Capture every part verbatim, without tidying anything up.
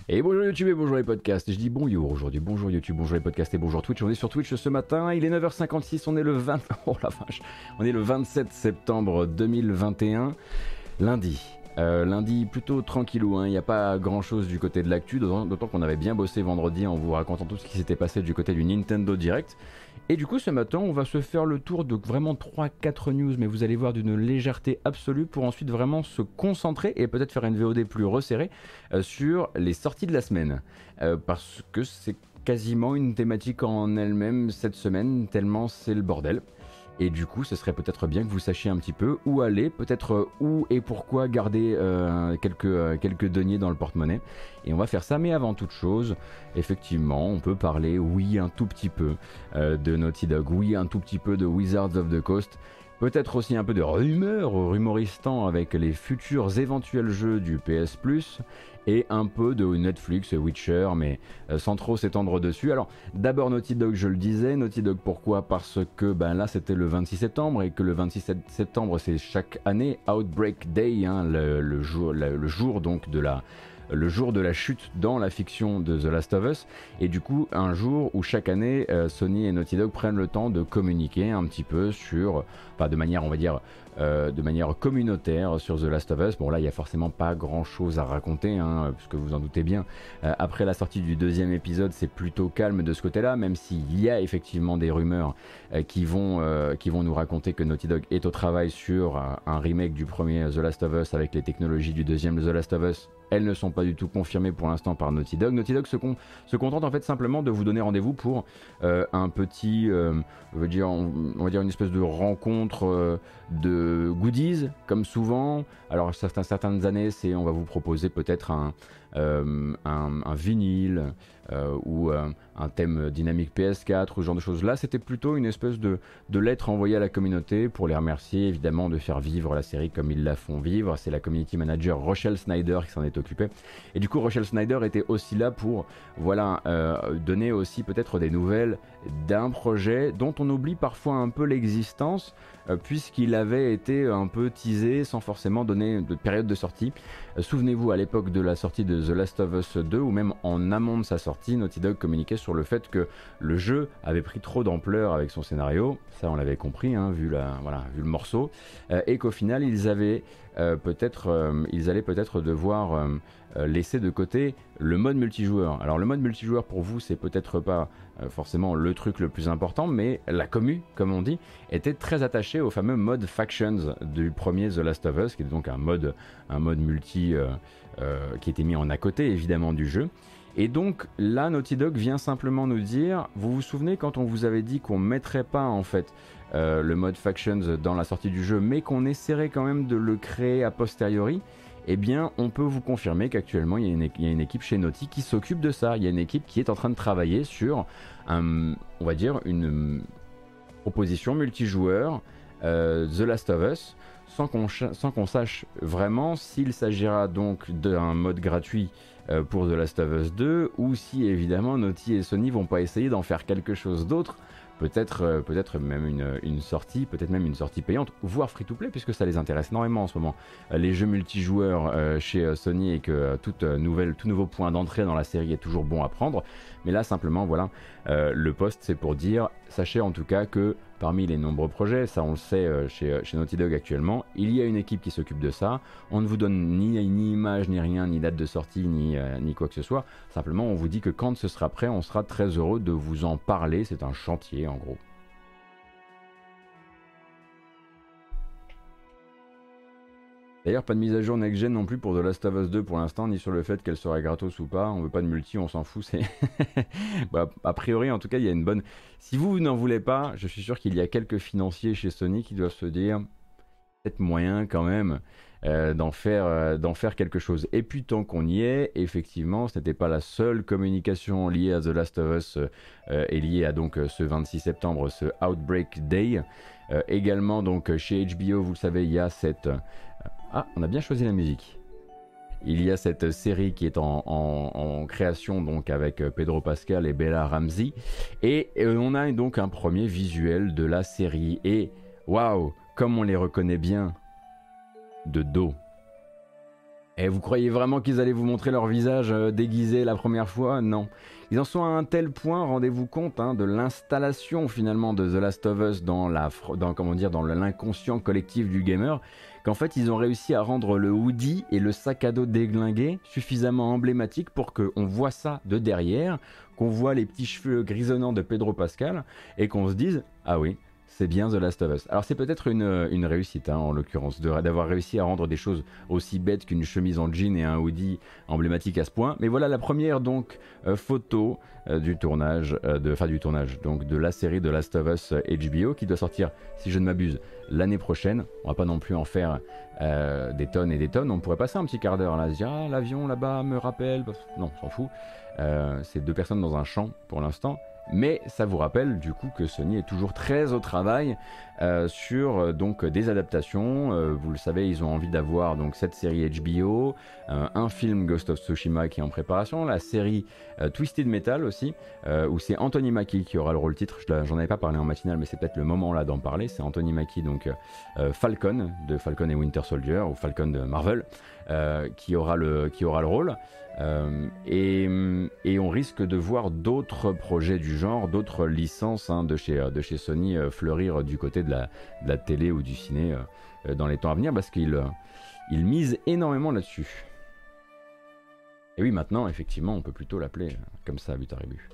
Et bonjour YouTube et bonjour les podcasts. Je dis bonjour aujourd'hui, bonjour YouTube, bonjour les podcasts et bonjour Twitch. On est sur Twitch ce matin, il est neuf heures cinquante-six, on est le vingt... Oh la vache. On est le vingt-sept septembre deux mille vingt et un, lundi. Euh, lundi plutôt tranquillou, hein. Il n'y a pas grand chose du côté de l'actu, d'autant qu'on avait bien bossé vendredi en vous racontant tout ce qui s'était passé du côté du Nintendo Direct. Et du coup ce matin on va se faire le tour de vraiment trois quatre news, mais vous allez voir d'une légèreté absolue pour ensuite vraiment se concentrer et peut-être faire une V O D plus resserrée euh, sur les sorties de la semaine. Euh, parce que c'est quasiment une thématique en elle-même cette semaine, tellement c'est le bordel. Et du coup, ce serait peut-être bien que vous sachiez un petit peu où aller, peut-être où et pourquoi garder euh, quelques, euh, quelques deniers dans le porte-monnaie. Et on va faire ça, mais avant toute chose, effectivement, on peut parler, oui, un tout petit peu euh, de Naughty Dog, oui, un tout petit peu de Wizards of the Coast, peut-être aussi un peu de rumeurs rumoristant avec les futurs éventuels jeux du P S Plus, et un peu de Netflix, Witcher, mais euh, sans trop s'étendre dessus. Alors d'abord Naughty Dog, je le disais, Naughty Dog pourquoi? Parce que ben là c'était le vingt-six septembre et que le vingt-six septembre c'est chaque année Outbreak Day, hein, le, le, jour, le, le jour donc de la... le jour de la chute dans la fiction de The Last of Us, et du coup un jour où chaque année euh, Sony et Naughty Dog prennent le temps de communiquer un petit peu sur, enfin de manière on va dire euh, de manière communautaire sur The Last of Us. Bon là il n'y a forcément pas grand chose à raconter, hein, puisque vous en doutez bien, euh, après la sortie du deuxième épisode c'est plutôt calme de ce côté là, même s'il y a effectivement des rumeurs euh, qui, vont, euh, qui vont nous raconter que Naughty Dog est au travail sur euh, un remake du premier The Last of Us avec les technologies du deuxième The Last of Us. Elles ne sont pas du tout confirmées pour l'instant par Naughty Dog. Naughty Dog se, con se contente en fait simplement de vous donner rendez-vous pour euh, un petit, euh, on, va dire, on, on va dire une espèce de rencontre euh, de goodies, comme souvent. Alors certains, certaines années, c'est on va vous proposer peut-être un, euh, un, un vinyle euh, ou euh, un thème dynamique P S quatre ou ce genre de choses. Là, c'était plutôt une espèce de, de lettre envoyée à la communauté pour les remercier évidemment de faire vivre la série comme ils la font vivre. C'est la community manager Rochelle Snyder qui s'en est occupée. Et du coup, Rochelle Snyder était aussi là pour voilà, euh, donner aussi peut-être des nouvelles d'un projet dont on oublie parfois un peu l'existence, euh, puisqu'il avait été un peu teasé sans forcément donner de période de sortie. Euh, Souvenez-vous, à l'époque de la sortie de The Last of Us deux, ou même en amont de sa sortie, Naughty Dog communiquait sur le fait que le jeu avait pris trop d'ampleur avec son scénario, ça on l'avait compris, hein, vu, la, voilà, vu le morceau, euh, et qu'au final ils avaient euh, peut-être, euh, ils allaient peut-être devoir euh, euh, laisser de côté le mode multijoueur. Alors le mode multijoueur pour vous c'est peut-être pas euh, forcément le truc le plus important, mais la commu, comme on dit, était très attachée au fameux mode Factions du premier The Last of Us, qui est donc un mode, un mode multi euh, euh, qui était mis en à côté évidemment du jeu. Et donc là, Naughty Dog vient simplement nous dire, vous vous souvenez quand on vous avait dit qu'on mettrait pas en fait euh, le mode Factions dans la sortie du jeu, mais qu'on essaierait quand même de le créer a posteriori? Eh bien, on peut vous confirmer qu'actuellement, il y a une, il y a une équipe chez Naughty qui s'occupe de ça. Il y a une équipe qui est en train de travailler sur, un, on va dire, une proposition multijoueur euh, The Last of Us, sans qu'on sans qu'on sache vraiment s'il s'agira donc d'un mode gratuit euh, pour The Last of Us deux, ou si évidemment Naughty et Sony vont pas essayer d'en faire quelque chose d'autre. Peut-être euh, peut-être même une, une sortie, peut-être même une sortie payante, voire free-to-play, puisque ça les intéresse énormément en ce moment. Euh, les jeux multijoueurs euh, chez euh, Sony, et que euh, toute, euh, nouvelle, tout nouveau point d'entrée dans la série est toujours bon à prendre. Mais là, simplement, voilà, euh, le post, c'est pour dire, sachez en tout cas que parmi les nombreux projets, ça on le sait euh, chez, chez Naughty Dog actuellement, il y a une équipe qui s'occupe de ça. On ne vous donne ni, ni image, ni rien, ni date de sortie, ni, euh, ni quoi que ce soit. Simplement, on vous dit que quand ce sera prêt, on sera très heureux de vous en parler. C'est un chantier, en gros. D'ailleurs, pas de mise à jour next-gen non plus pour The Last of Us deux pour l'instant, ni sur le fait qu'elle serait gratos ou pas. On veut pas de multi, on s'en fout. C'est bah, a priori, en tout cas, il y a une bonne... Si vous, vous n'en voulez pas, je suis sûr qu'il y a quelques financiers chez Sony qui doivent se dire peut-être moyen quand même euh, d'en faire, euh, d'en faire quelque chose. Et puis, tant qu'on y est, effectivement, ce n'était pas la seule communication liée à The Last of Us euh, et liée à donc ce vingt-six septembre, ce Outbreak Day. Euh, également, donc chez H B O, vous le savez, il y a cette... Ah, on a bien choisi la musique. Il y a cette série qui est en, en, en création donc avec Pedro Pascal et Bella Ramsey. Et euh, on a donc un premier visuel de la série. Et waouh, comme on les reconnaît bien de dos. Et vous croyez vraiment qu'ils allaient vous montrer leur visage euh, déguisé la première fois? Non. Ils en sont à un tel point, rendez-vous compte, hein, de l'installation finalement de The Last of Us dans la, dans, comment dire, dans l'inconscient collectif du gamer, qu'en fait ils ont réussi à rendre le hoodie et le sac à dos déglingué suffisamment emblématiques pour qu'on voit ça de derrière, qu'on voit les petits cheveux grisonnants de Pedro Pascal et qu'on se dise ah oui, c'est bien The Last of Us. Alors c'est peut-être une, une réussite, hein, en l'occurrence, d'avoir réussi à rendre des choses aussi bêtes qu'une chemise en jean et un hoodie emblématique à ce point. Mais voilà la première donc euh, photo euh, du tournage, euh, de, enfin du tournage, donc de la série The Last of Us H B O qui doit sortir, si je ne m'abuse, l'année prochaine. On va pas non plus en faire euh, des tonnes et des tonnes. On pourrait passer un petit quart d'heure là, se dire ah l'avion là-bas me rappelle. Non, on s'en fout. Euh, c'est deux personnes dans un champ pour l'instant. Mais ça vous rappelle du coup que Sony est toujours très au travail euh, sur euh, donc des adaptations. Euh, vous le savez, ils ont envie d'avoir donc cette série H B O, euh, un film Ghost of Tsushima qui est en préparation, la série euh, Twisted Metal aussi, euh, où c'est Anthony Mackie qui aura le rôle titre. Je, j'en avais pas parlé en matinale, mais c'est peut-être le moment là d'en parler. C'est Anthony Mackie, donc euh, Falcon de Falcon et Winter Soldier, ou Falcon de Marvel, euh, qui aura le qui aura le rôle. Euh, et, et on risque de voir d'autres projets du genre, d'autres licences, hein, de, chez, de chez Sony euh, fleurir du côté de la, de la télé ou du ciné euh, dans les temps à venir, parce qu'ils euh, ils misent énormément là-dessus. Et oui, maintenant, effectivement, on peut plutôt l'appeler euh, comme ça, but à rébut.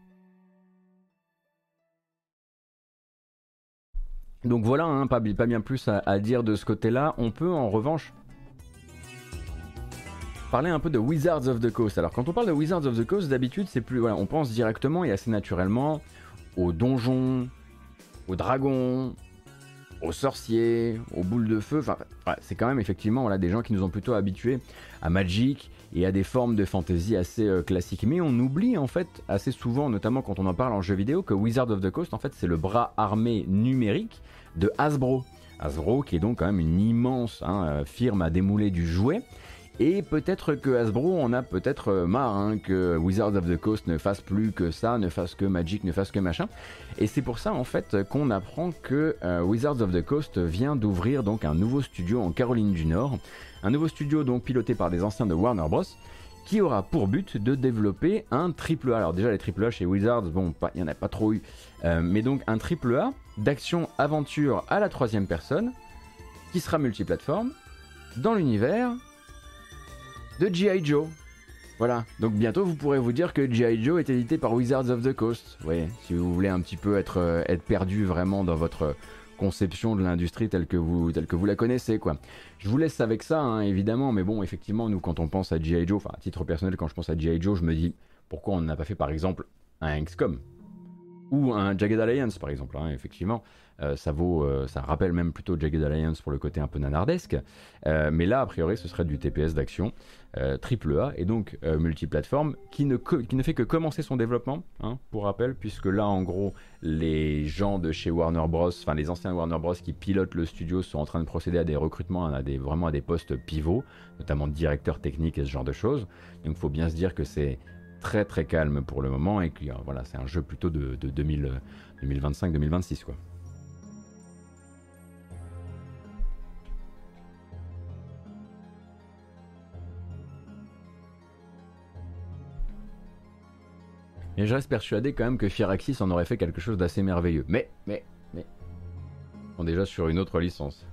Donc voilà, hein, pas, pas bien plus à, à dire de ce côté-là. On peut en revanche parler un peu de Wizards of the Coast. Alors quand on parle de Wizards of the Coast, d'habitude c'est plus, voilà, on pense directement et assez naturellement aux donjons, aux dragons, aux sorciers, aux boules de feu. Enfin, ouais, c'est quand même effectivement, voilà, des gens qui nous ont plutôt habitués à Magic et à des formes de fantasy assez euh, classiques. Mais on oublie en fait assez souvent, notamment quand on en parle en jeu vidéo, que Wizards of the Coast, en fait, c'est le bras armé numérique de Hasbro. Hasbro qui est donc quand même une immense, hein, firme à démouler du jouet. Et peut-être que Hasbro en a peut-être marre, hein, que Wizards of the Coast ne fasse plus que ça, ne fasse que Magic, ne fasse que machin. Et c'est pour ça en fait qu'on apprend que euh, Wizards of the Coast vient d'ouvrir donc un nouveau studio en Caroline du Nord. Un nouveau studio donc piloté par des anciens de Warner Bros. Qui aura pour but de développer un triple A. Alors déjà les triple A chez Wizards, bon, il n'y en a pas trop eu. Euh, mais donc un triple A d'action-aventure à la troisième personne, qui sera multiplateforme, dans l'univers de G I Joe. Voilà, donc bientôt vous pourrez vous dire que G I Joe est édité par Wizards of the Coast. Oui, si vous voulez un petit peu être, euh, être perdu vraiment dans votre conception de l'industrie telle que vous, telle que vous la connaissez, quoi. Je vous laisse avec ça, hein, évidemment, mais bon, effectivement, nous, quand on pense à G I Joe, enfin, à titre personnel, quand je pense à G I Joe, je me dis, pourquoi on n'a pas fait, par exemple, un X COM ou un Jagged Alliance, par exemple, hein, effectivement. Euh, ça vaut, euh, ça rappelle même plutôt Jagged Alliance pour le côté un peu nanardesque, euh, mais là a priori ce serait du T P S d'action euh, triple A et donc euh, multiplateforme qui ne, qui ne fait que commencer son développement, hein, pour rappel, puisque là en gros les gens de chez Warner Bros, enfin les anciens Warner Bros qui pilotent le studio sont en train de procéder à des recrutements, à des, vraiment à des postes pivots, notamment de directeur technique et ce genre de choses, donc il faut bien se dire que c'est très très calme pour le moment et que euh, voilà, c'est un jeu plutôt de, de deux mille, deux mille vingt-cinq deux mille vingt-six quoi. Et je reste persuadé quand même que Firaxis en aurait fait quelque chose d'assez merveilleux. Mais, mais, mais... On est déjà sur une autre licence.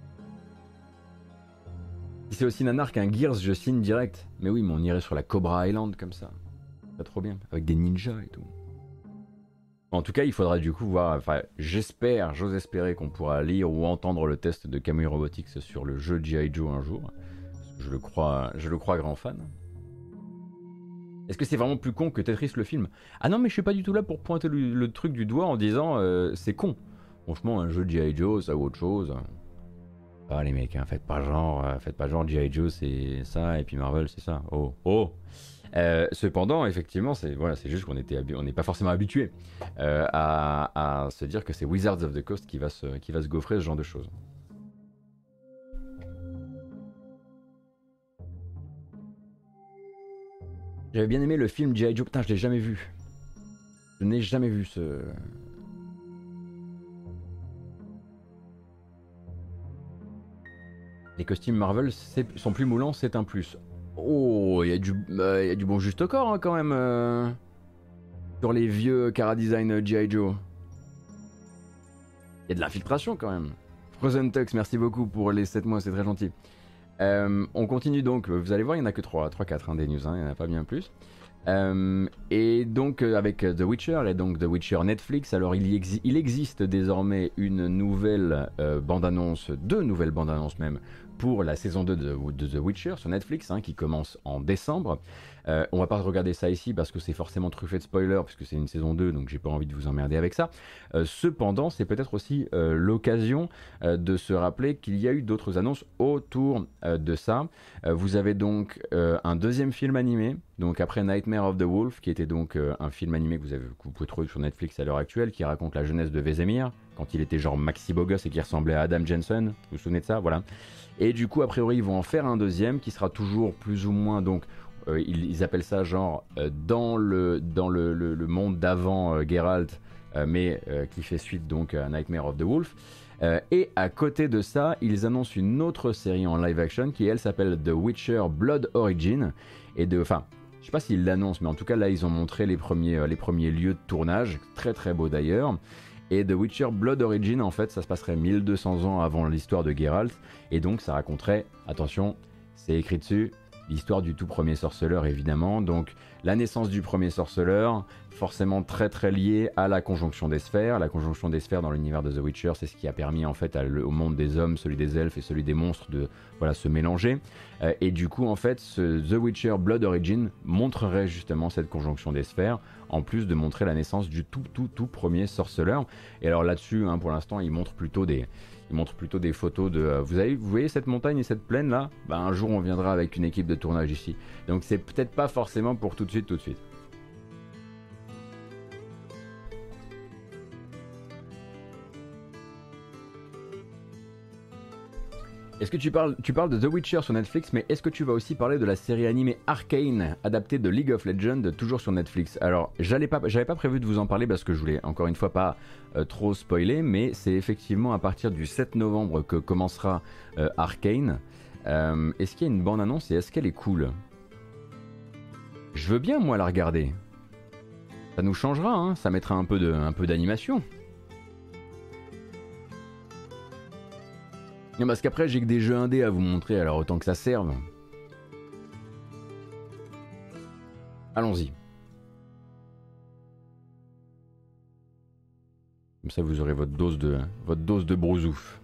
Si c'est aussi nanar qu'un Gears, je signe direct. Mais oui, mais on irait sur la Cobra Island comme ça. Pas trop bien, avec des ninjas et tout. En tout cas, il faudra du coup voir... Enfin, j'espère, j'ose espérer qu'on pourra lire ou entendre le test de Kamui Robotics sur le jeu G I Joe un jour. Parce que je le crois, je le crois grand fan. Est-ce que c'est vraiment plus con que Tetris le film? Ah non, mais je suis pas du tout là pour pointer le, le truc du doigt en disant euh, c'est con. Franchement, un jeu de G I Joe, ça ou autre chose. Ah les mecs, hein, faites pas genre, euh, faites pas genre G I Joe c'est ça et puis Marvel c'est ça. Oh, oh. Euh, cependant, effectivement, c'est voilà, c'est juste qu'on était, on n'est pas forcément habitué euh, à, à se dire que c'est Wizards of the Coast qui va se, qui va se gaufrer ce genre de choses. J'avais bien aimé le film G I Joe, putain je l'ai jamais vu. Je n'ai jamais vu ce... Les costumes Marvel sont plus moulants, c'est un plus. Oh, il y, euh, y a du bon juste au corps hein, quand même. Euh, sur les vieux Cara Design G I. Joe. Il y a de l'infiltration quand même. Frozen Tux, merci beaucoup pour les sept mois, c'est très gentil. Euh, on continue donc, vous allez voir, il n'y en a que trois, trois quatre hein, des news, hein, il n'y en a pas bien plus. Euh, et donc euh, avec The Witcher et donc The Witcher Netflix, alors il, y exi il existe désormais une nouvelle euh, bande-annonce, deux nouvelles bandes-annonces même, pour la saison deux de, de The Witcher sur Netflix, hein, qui commence en décembre. Euh, on va pas regarder ça ici parce que c'est forcément truffé de spoilers, puisque c'est une saison deux, donc j'ai pas envie de vous emmerder avec ça. Euh, cependant, c'est peut-être aussi euh, l'occasion euh, de se rappeler qu'il y a eu d'autres annonces autour euh, de ça. Euh, vous avez donc euh, un deuxième film animé, donc après Nightmare of the Wolf, qui était donc euh, un film animé que vous, avez, que vous pouvez trouver sur Netflix à l'heure actuelle, qui raconte la jeunesse de Vesemir, quand il était genre maxi beau gosse et qui ressemblait à Adam Jensen. Vous vous souvenez de ça? Voilà. Et du coup, a priori, ils vont en faire un deuxième qui sera toujours plus ou moins, donc, euh, ils, ils appellent ça genre euh, dans le, dans le, le, le monde d'avant euh, Geralt, euh, mais euh, qui fait suite donc à Nightmare of the Wolf. Euh, et à côté de ça, ils annoncent une autre série en live action qui, elle, s'appelle The Witcher Blood Origin. Et de, enfin, je sais pas s'ils l'annoncent, mais en tout cas, là, ils ont montré les premiers, euh, les premiers lieux de tournage, très très beau d'ailleurs. Et The Witcher Blood Origin, en fait, ça se passerait mille deux cents ans avant l'histoire de Geralt. Et donc, ça raconterait, attention, c'est écrit dessus, l'histoire du tout premier sorceleur, évidemment. Donc, la naissance du premier sorceleur, forcément très très liée à la conjonction des sphères. La conjonction des sphères dans l'univers de The Witcher, c'est ce qui a permis, en fait, à, le, au monde des hommes, celui des elfes et celui des monstres de voilà, se mélanger. Euh, et du coup, en fait, ce The Witcher Blood Origin montrerait justement cette conjonction des sphères, en plus de montrer la naissance du tout tout tout premier sorceleur. Et alors là-dessus, hein, pour l'instant, il montre plutôt des, il montre plutôt des photos de. Euh, vous avez, vous voyez cette montagne et cette plaine là? Bah, un jour, on viendra avec une équipe de tournage ici. Donc c'est peut-être pas forcément pour tout de suite, tout de suite. Est-ce que tu parles, tu parles de The Witcher sur Netflix, mais est-ce que tu vas aussi parler de la série animée Arcane, adaptée de League of Legends, toujours sur Netflix? Alors, j'allais pas, j'avais pas prévu de vous en parler parce que je voulais encore une fois pas euh, trop spoiler, mais c'est effectivement à partir du sept novembre que commencera euh, Arcane. Euh, est-ce qu'il y a une bande-annonce et est-ce qu'elle est cool? Je veux bien, moi, la regarder. Ça nous changera, hein, ça mettra un peu de, un peu d'animation. Non, parce qu'après j'ai que des jeux indés à vous montrer, alors autant que ça serve. Allons-y. Comme ça vous aurez votre dose de, votre dose de brousouf.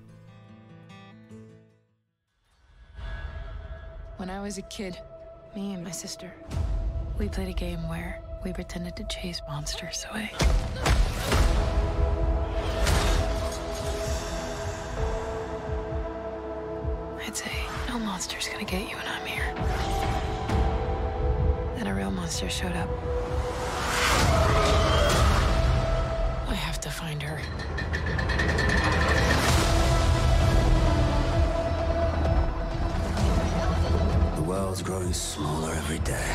When I was a kid, me and my sister, we played a game where we pretended to chase monsters away. I'd say, no monster's gonna get you when I'm here. Then a real monster showed up. I have to find her. The world's growing smaller every day.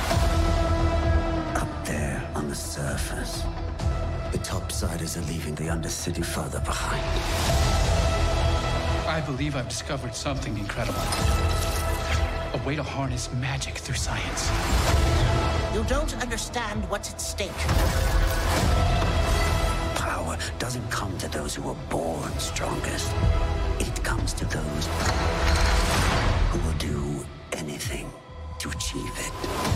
Up there on the surface, the topsiders are leaving the Undercity further behind. I believe I've discovered something incredible. A way to harness magic through science. You don't understand what's at stake. Power doesn't come to those who are born strongest. It comes to those who will do anything to achieve it.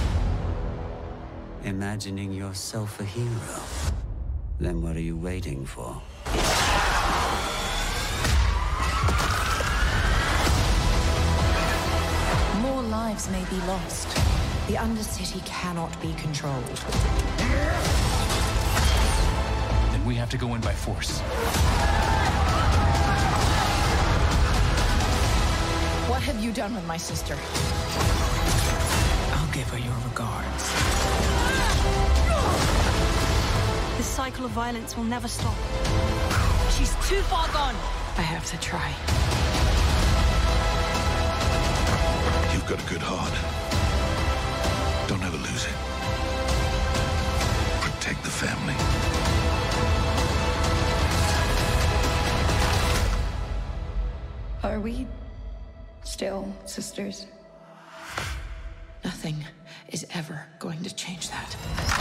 Imagining yourself a hero? Then what are you waiting for? More lives may be lost. The Undercity cannot be controlled. Then we have to go in by force. What have you done with my sister? I'll give her your regards. This cycle of violence will never stop. She's too far gone. I have to try. You've got a good heart. Don't ever lose it. Protect the family. Are we still sisters. Nothing is ever going to change that.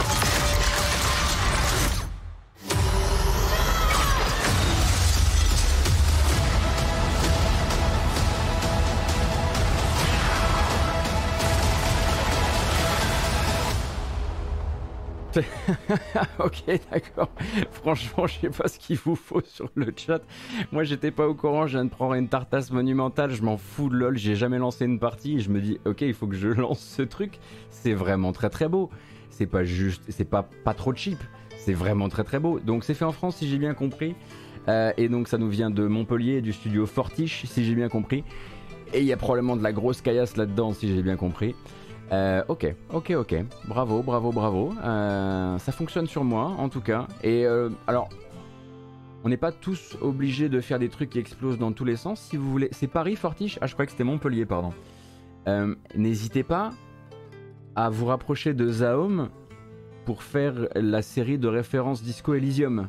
Ok, d'accord. Franchement, je sais pas ce qu'il vous faut sur le chat. Moi, j'étais pas au courant. Je viens de prendre une tartasse monumentale. Je m'en fous de lol. J'ai jamais lancé une partie. Et je me dis, ok, il faut que je lance ce truc. C'est vraiment très très beau. C'est pas juste, c'est pas pas trop cheap. C'est vraiment très très beau. Donc, c'est fait en France, si j'ai bien compris. Euh, et donc, ça nous vient de Montpellier, du studio Fortiche, si j'ai bien compris. Et il y a probablement de la grosse caillasse là-dedans, si j'ai bien compris. Euh, ok, ok, ok, bravo, bravo, bravo. Euh, ça fonctionne sur moi, en tout cas. Et euh, alors, on n'est pas tous obligés de faire des trucs qui explosent dans tous les sens. Si vous voulez, c'est Paris, Fortiche. Ah, je croyais que c'était Montpellier, pardon. Euh, n'hésitez pas à vous rapprocher de Zaom pour faire la série de références Disco Elysium.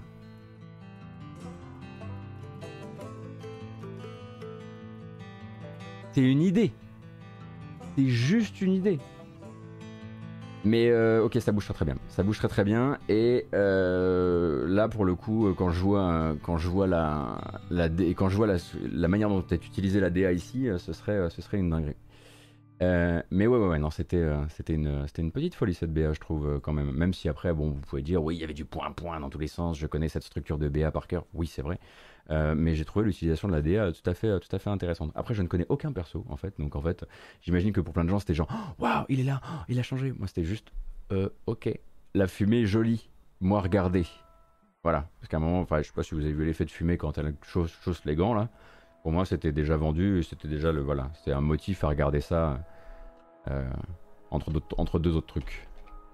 C'est une idée. C'est juste une idée. Mais euh, ok, ça bouge très très bien. Ça bouge très très bien. Et euh, là, pour le coup, quand je vois, quand je vois la, la quand je vois la, la manière dont est utilisée la D A ici, ce serait, ce serait une dinguerie. Euh, mais ouais, ouais, ouais, non, c'était, c'était une, c'était une petite folie cette B A, je trouve quand même. Même si après, bon, vous pouvez dire, oui, il y avait du point-point dans tous les sens. Je connais cette structure de B A par cœur. Oui, c'est vrai. Euh, mais j'ai trouvé l'utilisation de la D A tout à fait, tout à fait intéressante. Après, je ne connais aucun perso en fait, donc en fait, j'imagine que pour plein de gens, c'était genre, waouh, wow, il est là, oh, il a changé. Moi, c'était juste, euh, ok, la fumée est jolie. Moi, regardez. Voilà, parce qu'à un moment, enfin, je sais pas si vous avez vu l'effet de fumée quand elle chausse, chausse les gants là. Pour moi, c'était déjà vendu, et c'était déjà le, voilà, c'était un motif à regarder ça euh, entre, entre deux autres trucs.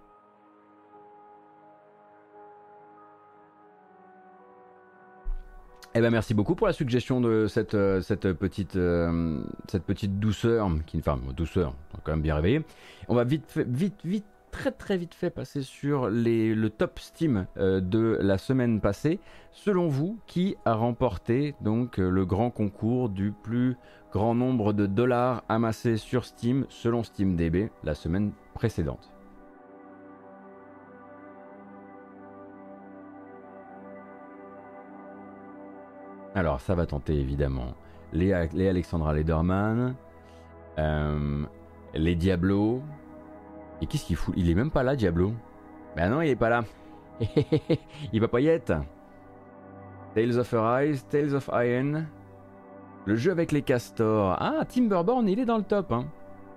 Eh ben merci beaucoup pour la suggestion de cette, euh, cette, petite, euh, cette petite douceur, qui, enfin douceur, quand même bien réveillé. On va vite, fait, vite, vite, très très vite fait passer sur les, le top Steam euh, de la semaine passée. Selon vous, qui a remporté donc euh, le grand concours du plus grand nombre de dollars amassés sur Steam selon SteamDB la semaine précédente? Alors, ça va tenter évidemment les, les Alexandra Lederman, euh, les Diablo. Et qu'est-ce qu'il fout? Il est même pas là, Diablo. Ben non, il est pas là. Il va pas y être. Tales of Arise, Tales of Iron. Le jeu avec les castors. Ah, Timberborn, il est dans le top. Hein.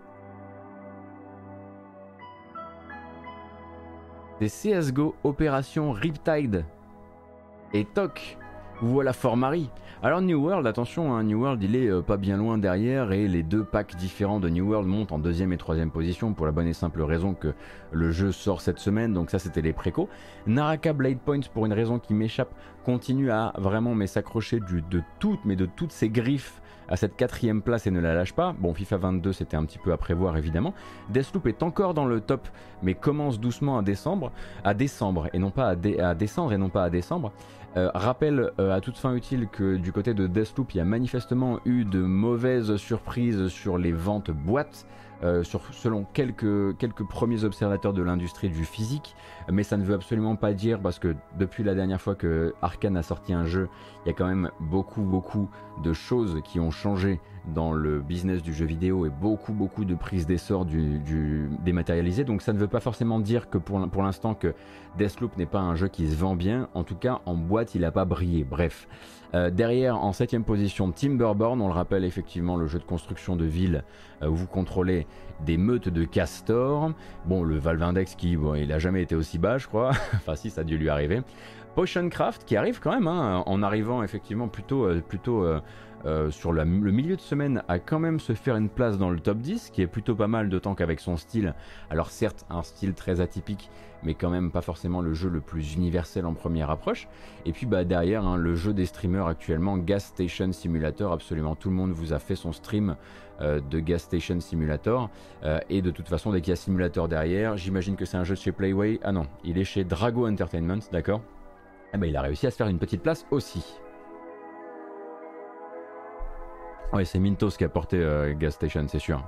C'est C S G O Opération Riptide. Et toc. Voilà Fort Marie. Alors New World, attention, hein, New World il est euh, pas bien loin derrière et les deux packs différents de New World montent en deuxième et troisième position pour la bonne et simple raison que le jeu sort cette semaine, donc ça c'était les précos. Naraka Blade Point, pour une raison qui m'échappe, continue à vraiment mais s'accrocher du, de toutes, mais de toutes ses griffes à cette quatrième place et ne la lâche pas. Bon, FIFA vingt-deux c'était un petit peu à prévoir évidemment. Deathloop est encore dans le top mais commence doucement à descendre, à descendre et non pas à, dé, à descendre et non pas à descendre. Euh, rappel euh, à toute fin utile que du côté de Deathloop, il y a manifestement eu de mauvaises surprises sur les ventes boîtes, euh, sur, selon quelques, quelques premiers observateurs de l'industrie du physique, mais ça ne veut absolument pas dire, parce que depuis la dernière fois que Arkane a sorti un jeu, il y a quand même beaucoup beaucoup de choses qui ont changé dans le business du jeu vidéo et beaucoup beaucoup de prises d'essor du, du dématérialisé, donc ça ne veut pas forcément dire que pour, pour l'instant que Deathloop n'est pas un jeu qui se vend bien, en tout cas en boîte il n'a pas brillé, bref. Euh, derrière en septième position Timberborn, on le rappelle effectivement le jeu de construction de ville euh, où vous contrôlez des meutes de castors, bon le Valve Index qui bon, il a jamais été aussi bas je crois, enfin si ça a dû lui arriver. Potioncraft qui arrive quand même hein, en arrivant effectivement plutôt, euh, plutôt euh, euh, sur la, le milieu de semaine à quand même se faire une place dans le top dix, qui est plutôt pas mal, d'autant qu'avec son style, alors certes un style très atypique mais quand même pas forcément le jeu le plus universel en première approche. Et puis bah derrière hein, le jeu des streamers actuellement, Gas Station Simulator, absolument tout le monde vous a fait son stream euh, de Gas Station Simulator, euh, et de toute façon dès qu'il y a Simulator derrière, j'imagine que c'est un jeu de chez Playway, ah non, il est chez Drago Entertainment, d'accord. Eh ben, il a réussi à se faire une petite place aussi. Ouais, c'est Mintos qui a porté euh, Gas Station, c'est sûr.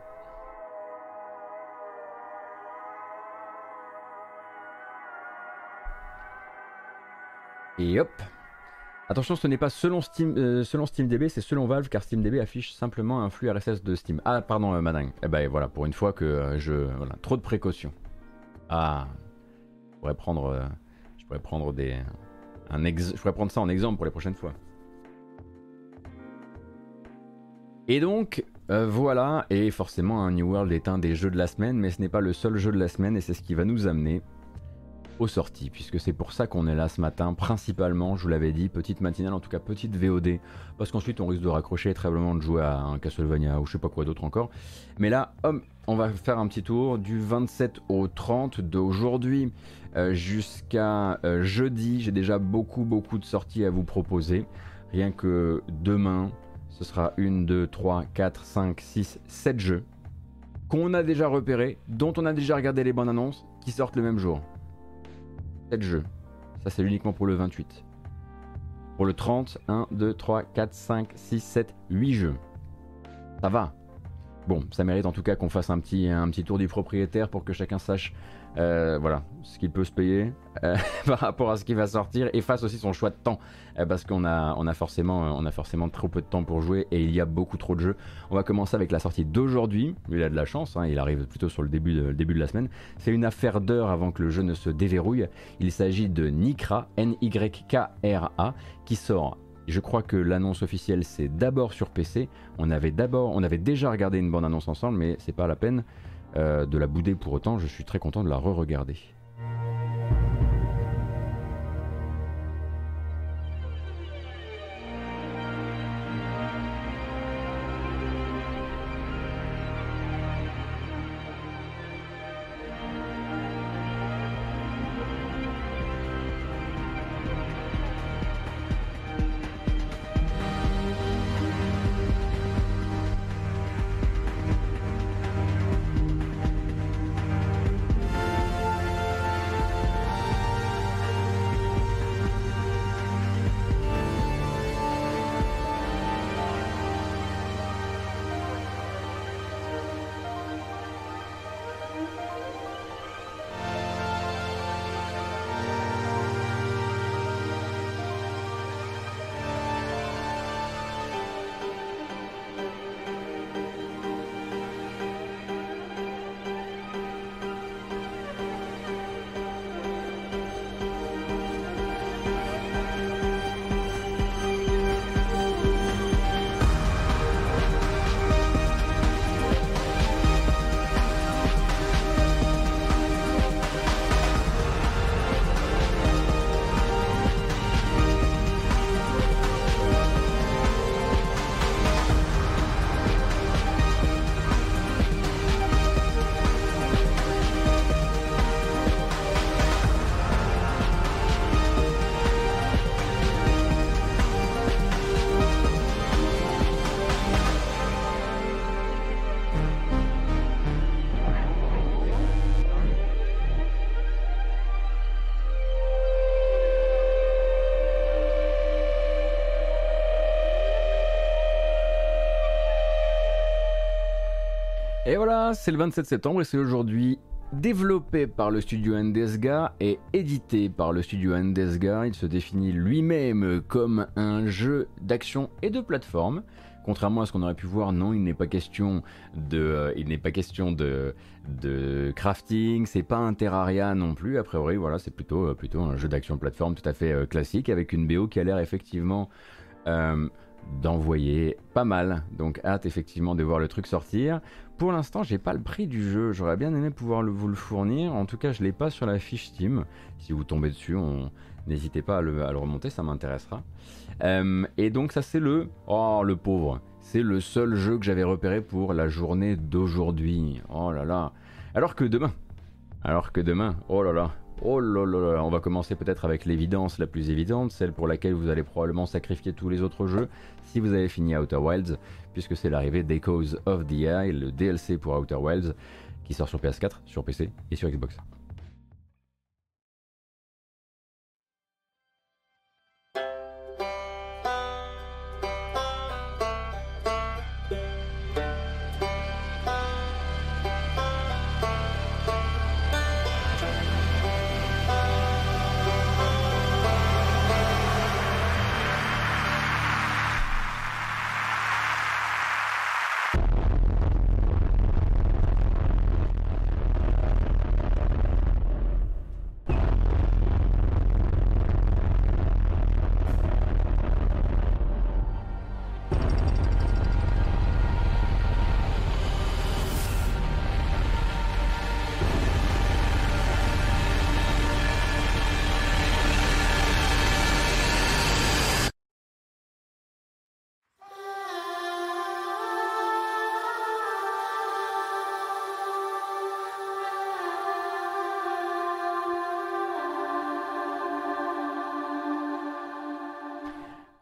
Et hop. Attention, ce n'est pas selon Steam, euh, selon SteamDB, c'est selon Valve, car SteamDB affiche simplement un flux R S S de Steam. Ah, pardon, euh, madame. Eh ben voilà, pour une fois que euh, je... Voilà, trop de précautions. Ah, je pourrais prendre, euh, je pourrais prendre des... Un ex, je pourrais prendre ça en exemple pour les prochaines fois. Et donc, euh, voilà, et forcément, un New World est un des jeux de la semaine, mais ce n'est pas le seul jeu de la semaine, et c'est ce qui va nous amener aux sorties, puisque c'est pour ça qu'on est là ce matin, principalement, je vous l'avais dit, petite matinale, en tout cas petite V O D, parce qu'ensuite on risque de raccrocher et très probablement de jouer à un Castlevania ou je sais pas quoi d'autre encore. Mais là, hop, on va faire un petit tour du vingt-sept au trente d'aujourd'hui euh, jusqu'à euh, jeudi. J'ai déjà beaucoup beaucoup de sorties à vous proposer, rien que demain, ce sera un, deux, trois, quatre, cinq, six, sept jeux qu'on a déjà repérés, dont on a déjà regardé les bandes annonces, qui sortent le même jour. sept jeux. Ça, c'est uniquement pour le vingt-huit. Pour le trente, un, deux, trois, quatre, cinq, six, sept, huit jeux. Ça va. Bon, ça mérite en tout cas qu'on fasse un petit, un petit tour du propriétaire pour que chacun sache euh, voilà, ce qu'il peut se payer euh, par rapport à ce qui va sortir et fasse aussi son choix de temps. Euh, parce qu'on a, on a, forcément, on a forcément trop peu de temps pour jouer et il y a beaucoup trop de jeux. On va commencer avec la sortie d'aujourd'hui. Il a de la chance, hein, il arrive plutôt sur le début de, le début de la semaine. C'est une affaire d'heures avant que le jeu ne se déverrouille. Il s'agit de Nikra, N Y K R A, qui sort. Je crois que l'annonce officielle c'est d'abord sur P C. On avait d'abord, on avait déjà regardé une bande annonce ensemble, mais c'est pas la peine euh, de la bouder pour autant. Je suis très content de la re-regarder. Et voilà, c'est le vingt-sept septembre et c'est aujourd'hui développé par le studio Endesga et édité par le studio Endesga. Il se définit lui-même comme un jeu d'action et de plateforme. Contrairement à ce qu'on aurait pu voir, non, il n'est pas question de, euh, il n'est pas question de, de crafting, c'est pas un Terraria non plus. A priori, voilà, c'est plutôt, euh, plutôt un jeu d'action plateforme tout à fait euh, classique avec une B O qui a l'air effectivement euh, d'envoyer pas mal. Donc hâte effectivement de voir le truc sortir. Pour l'instant, j'ai pas le prix du jeu. J'aurais bien aimé pouvoir le, vous le fournir. En tout cas, je l'ai pas sur la fiche Steam. Si vous tombez dessus, on... n'hésitez pas à le, à le remonter, ça m'intéressera. Euh, et donc ça c'est le... Oh le pauvre. C'est le seul jeu que j'avais repéré pour la journée d'aujourd'hui. Oh là là. Alors que demain... Alors que demain... Oh là là. Oh là là là. On va commencer peut-être avec l'évidence la plus évidente, celle pour laquelle vous allez probablement sacrifier tous les autres jeux si vous avez fini Outer Wilds, puisque c'est l'arrivée d'Echoes of the Eye, le D L C pour Outer Wilds, qui sort sur P S quatre, sur P C et sur Xbox.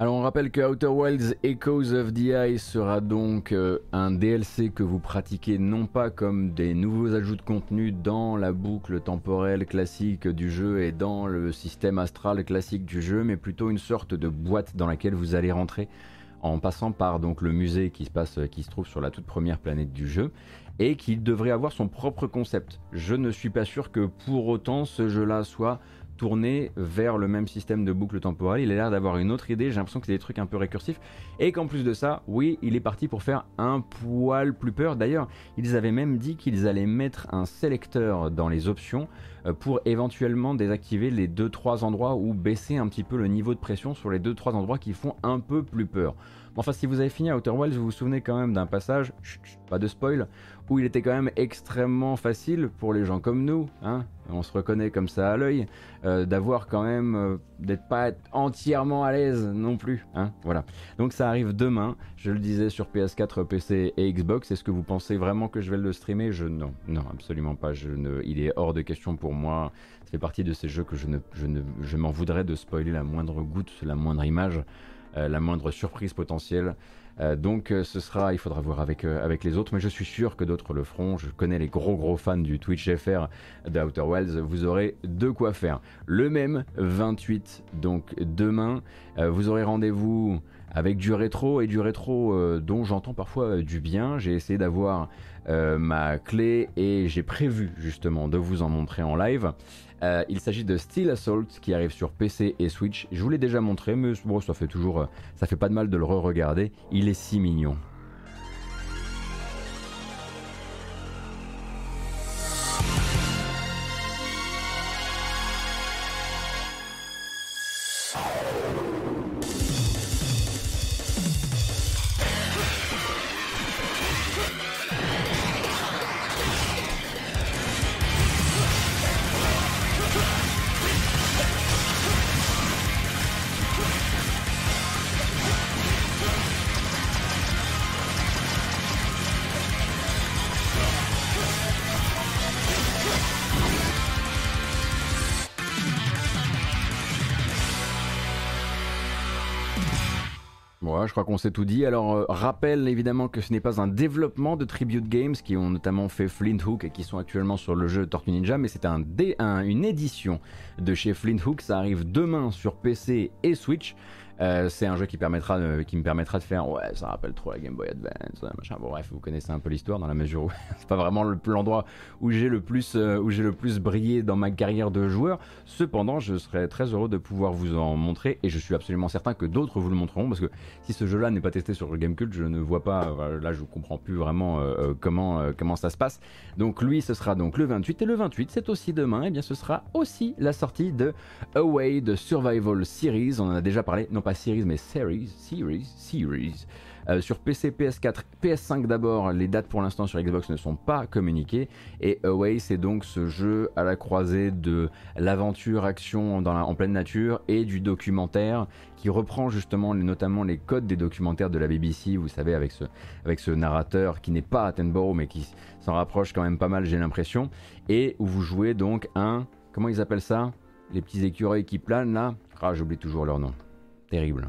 Alors on rappelle que Outer Wilds Echoes of the Eye sera donc euh, un D L C que vous pratiquez non pas comme des nouveaux ajouts de contenu dans la boucle temporelle classique du jeu et dans le système astral classique du jeu, mais plutôt une sorte de boîte dans laquelle vous allez rentrer en passant par donc le musée qui se passe, qui se trouve sur la toute première planète du jeu, et qui devrait avoir son propre concept. Je ne suis pas sûr que pour autant ce jeu-là soit tourné vers le même système de boucle temporelle. Il a l'air d'avoir une autre idée, j'ai l'impression que c'est des trucs un peu récursifs, et qu'en plus de ça, oui, il est parti pour faire un poil plus peur. D'ailleurs, ils avaient même dit qu'ils allaient mettre un sélecteur dans les options pour éventuellement désactiver les deux trois endroits ou baisser un petit peu le niveau de pression sur les deux trois endroits qui font un peu plus peur. Enfin, si vous avez fini Outer Wilds, vous vous souvenez quand même d'un passage, chut, chut, pas de spoil, où il était quand même extrêmement facile pour les gens comme nous, hein, on se reconnaît comme ça à l'œil, euh, d'avoir quand même, euh, d'être pas entièrement à l'aise non plus, hein, voilà. Donc ça arrive demain, je le disais, sur P S quatre, P C et Xbox. Est-ce que vous pensez vraiment que je vais le streamer? Je non, non, absolument pas. Je ne, il est hors de question pour moi. Ça fait partie de ces jeux que je ne, je ne, je m'en voudrais de spoiler la moindre goutte, la moindre image. Euh, la moindre surprise potentielle. Euh, donc euh, ce sera, il faudra voir avec, euh, avec les autres, mais je suis sûr que d'autres le feront. Je connais les gros gros fans du Twitch F R d'Outer Wilds, vous aurez de quoi faire. Le même vingt-huit, donc demain, euh, vous aurez rendez-vous avec du rétro, et du rétro euh, dont j'entends parfois euh, du bien. J'ai essayé d'avoir euh, ma clé et j'ai prévu justement de vous en montrer en live. Euh, il s'agit de Steel Assault qui arrive sur P C et Switch. Je vous l'ai déjà montré, mais bon, ça fait toujours, ça fait pas de mal de le re-regarder. Il est si mignon. Voilà, je crois qu'on s'est tout dit. Alors, euh, rappel évidemment que ce n'est pas un développement de Tribute Games qui ont notamment fait Flint Hook et qui sont actuellement sur le jeu Tortue Ninja, mais c'est un, dé, un, une édition de chez Flint Hook. Ça arrive demain sur P C et Switch. Euh, c'est un jeu qui, permettra de, qui me permettra de faire, ouais, ça rappelle trop la Game Boy Advance, machin. Bon, bref, vous connaissez un peu l'histoire dans la mesure où c'est pas vraiment le, l'endroit où j'ai le plus, euh, où j'ai le plus brillé dans ma carrière de joueur. Cependant, je serais très heureux de pouvoir vous en montrer, et je suis absolument certain que d'autres vous le montreront, parce que si ce jeu-là n'est pas testé sur le Gamecult, je ne vois pas, euh, là, je comprends plus vraiment euh, comment, euh, comment ça se passe. Donc lui, ce sera donc le vingt-huit, et le vingt-huit, c'est aussi demain, et bien ce sera aussi la sortie de Away de Survival Series. On en a déjà parlé, non pas Series mais Series, Series, Series, euh, sur P C, P S quatre, P S cinq d'abord. Les dates pour l'instant sur Xbox ne sont pas communiquées, et Away c'est donc ce jeu à la croisée de l'aventure action dans la, en pleine nature et du documentaire, qui reprend justement les, notamment les codes des documentaires de la B B C, vous savez, avec ce, avec ce narrateur qui n'est pas Attenborough mais qui s'en rapproche quand même pas mal, j'ai l'impression, et où vous jouez donc un, comment ils appellent ça, les petits écureuils qui planent là, ah j'oublie toujours leur nom. Terrible.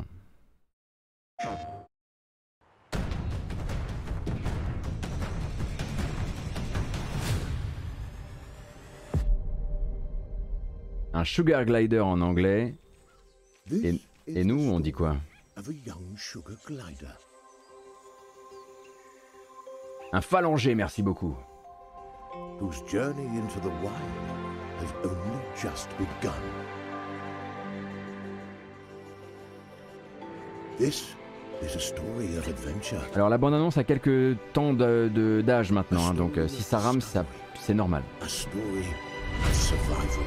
Un sugar glider en anglais. Et, et nous, on dit quoi? Un phalangé, merci beaucoup. Whose journey into the wild has only just begun. This is a story of adventure. Alors la bande-annonce a quelques temps de, de, d'âge maintenant, hein, donc euh, si ça rame, ça, c'est normal. A story of survival.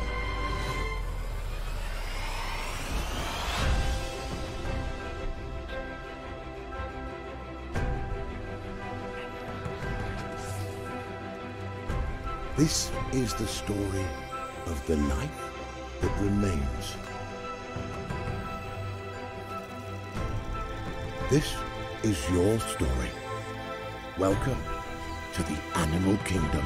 This is the story of the life that remains. This is your story. Welcome to the Animal Kingdom.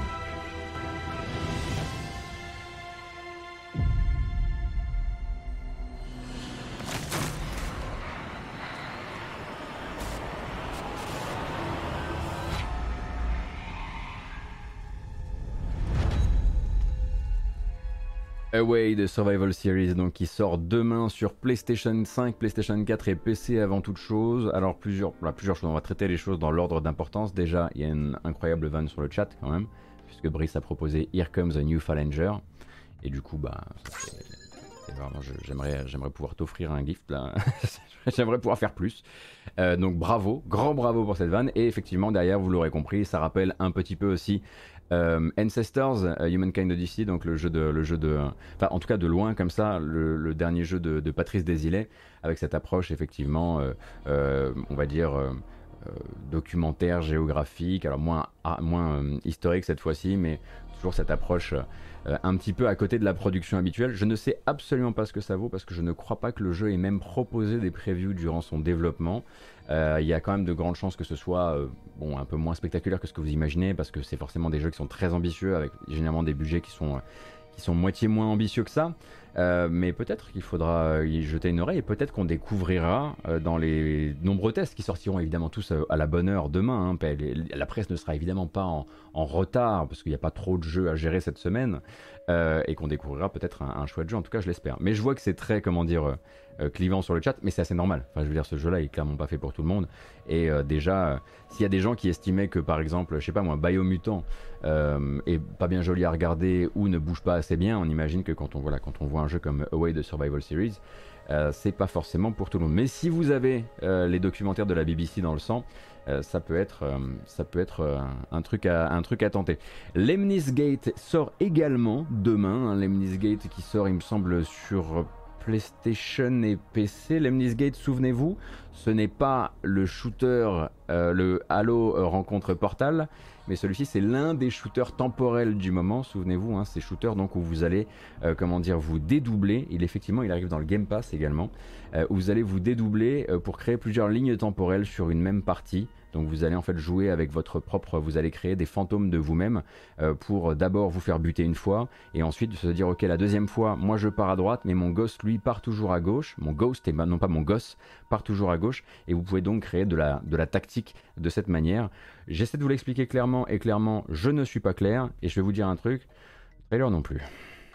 Away de Survival Series, donc qui sort demain sur PlayStation cinq, PlayStation quatre et P C avant toute chose. Alors plusieurs, voilà, plusieurs choses, on va traiter les choses dans l'ordre d'importance. Déjà, il y a une incroyable vanne sur le chat quand même, puisque Brice a proposé Here Comes a New Phalanger. Et du coup, bah, c'est, c'est vraiment, je, j'aimerais, j'aimerais pouvoir t'offrir un gift là. J'aimerais pouvoir faire plus. Euh, donc bravo, grand bravo pour cette vanne. Et effectivement, derrière, vous l'aurez compris, ça rappelle un petit peu aussi Euh, Ancestors, uh, Humankind Odyssey, donc le jeu de, le jeu de, enfin en tout cas de loin comme ça, le, le dernier jeu de, de Patrice Désilets, avec cette approche effectivement, euh, euh, on va dire euh, euh, documentaire, géographique, alors moins, ah, moins euh, historique cette fois-ci, mais toujours cette approche euh, un petit peu à côté de la production habituelle. Je ne sais absolument pas ce que ça vaut parce que je ne crois pas que le jeu ait même proposé des previews durant son développement. Il euh, y a quand même de grandes chances que ce soit euh, bon, un peu moins spectaculaire que ce que vous imaginez, parce que c'est forcément des jeux qui sont très ambitieux, avec généralement des budgets qui sont, euh, qui sont moitié moins ambitieux que ça. Euh, mais peut-être qu'il faudra y jeter une oreille, et peut-être qu'on découvrira euh, dans les nombreux tests qui sortiront évidemment tous euh, à la bonne heure demain. Hein. La presse ne sera évidemment pas en, en retard, parce qu'il n'y a pas trop de jeux à gérer cette semaine, euh, et qu'on découvrira peut-être un, un chouette jeu, en tout cas je l'espère. Mais je vois que c'est très, comment dire... Euh, Euh, clivant sur le chat, mais c'est assez normal. Enfin, je veux dire, ce jeu-là, il est clairement pas fait pour tout le monde. Et euh, déjà, euh, s'il y a des gens qui estimaient que, par exemple, je sais pas moi, Biomutant euh, est pas bien joli à regarder ou ne bouge pas assez bien, on imagine que quand on, voilà, quand on voit un jeu comme Away de Survival Series, euh, c'est pas forcément pour tout le monde. Mais si vous avez euh, les documentaires de la B B C dans le sang, euh, ça peut être, euh, ça peut être euh, un, truc à, un truc à tenter. Lemnis Gate sort également demain. Hein, Lemnis Gate qui sort, il me semble, sur PlayStation et P C. Lemnis Gate, souvenez-vous, ce n'est pas le shooter, euh, le Halo euh, rencontre Portal, mais celui-ci c'est l'un des shooters temporels du moment. Souvenez-vous, hein, ces shooters donc où vous allez, euh, comment dire, vous dédoubler. Il effectivement, il arrive dans le Game Pass également, euh, où vous allez vous dédoubler euh, pour créer plusieurs lignes temporelles sur une même partie. Donc vous allez en fait jouer avec votre propre, vous allez créer des fantômes de vous-même euh, pour d'abord vous faire buter une fois et ensuite se dire ok, la deuxième fois moi je pars à droite mais mon ghost lui part toujours à gauche, mon ghost et non pas mon gosse part toujours à gauche, et vous pouvez donc créer de la, de la tactique de cette manière. J'essaie de vous l'expliquer clairement et clairement je ne suis pas clair, et je vais vous dire un truc, trailer non plus.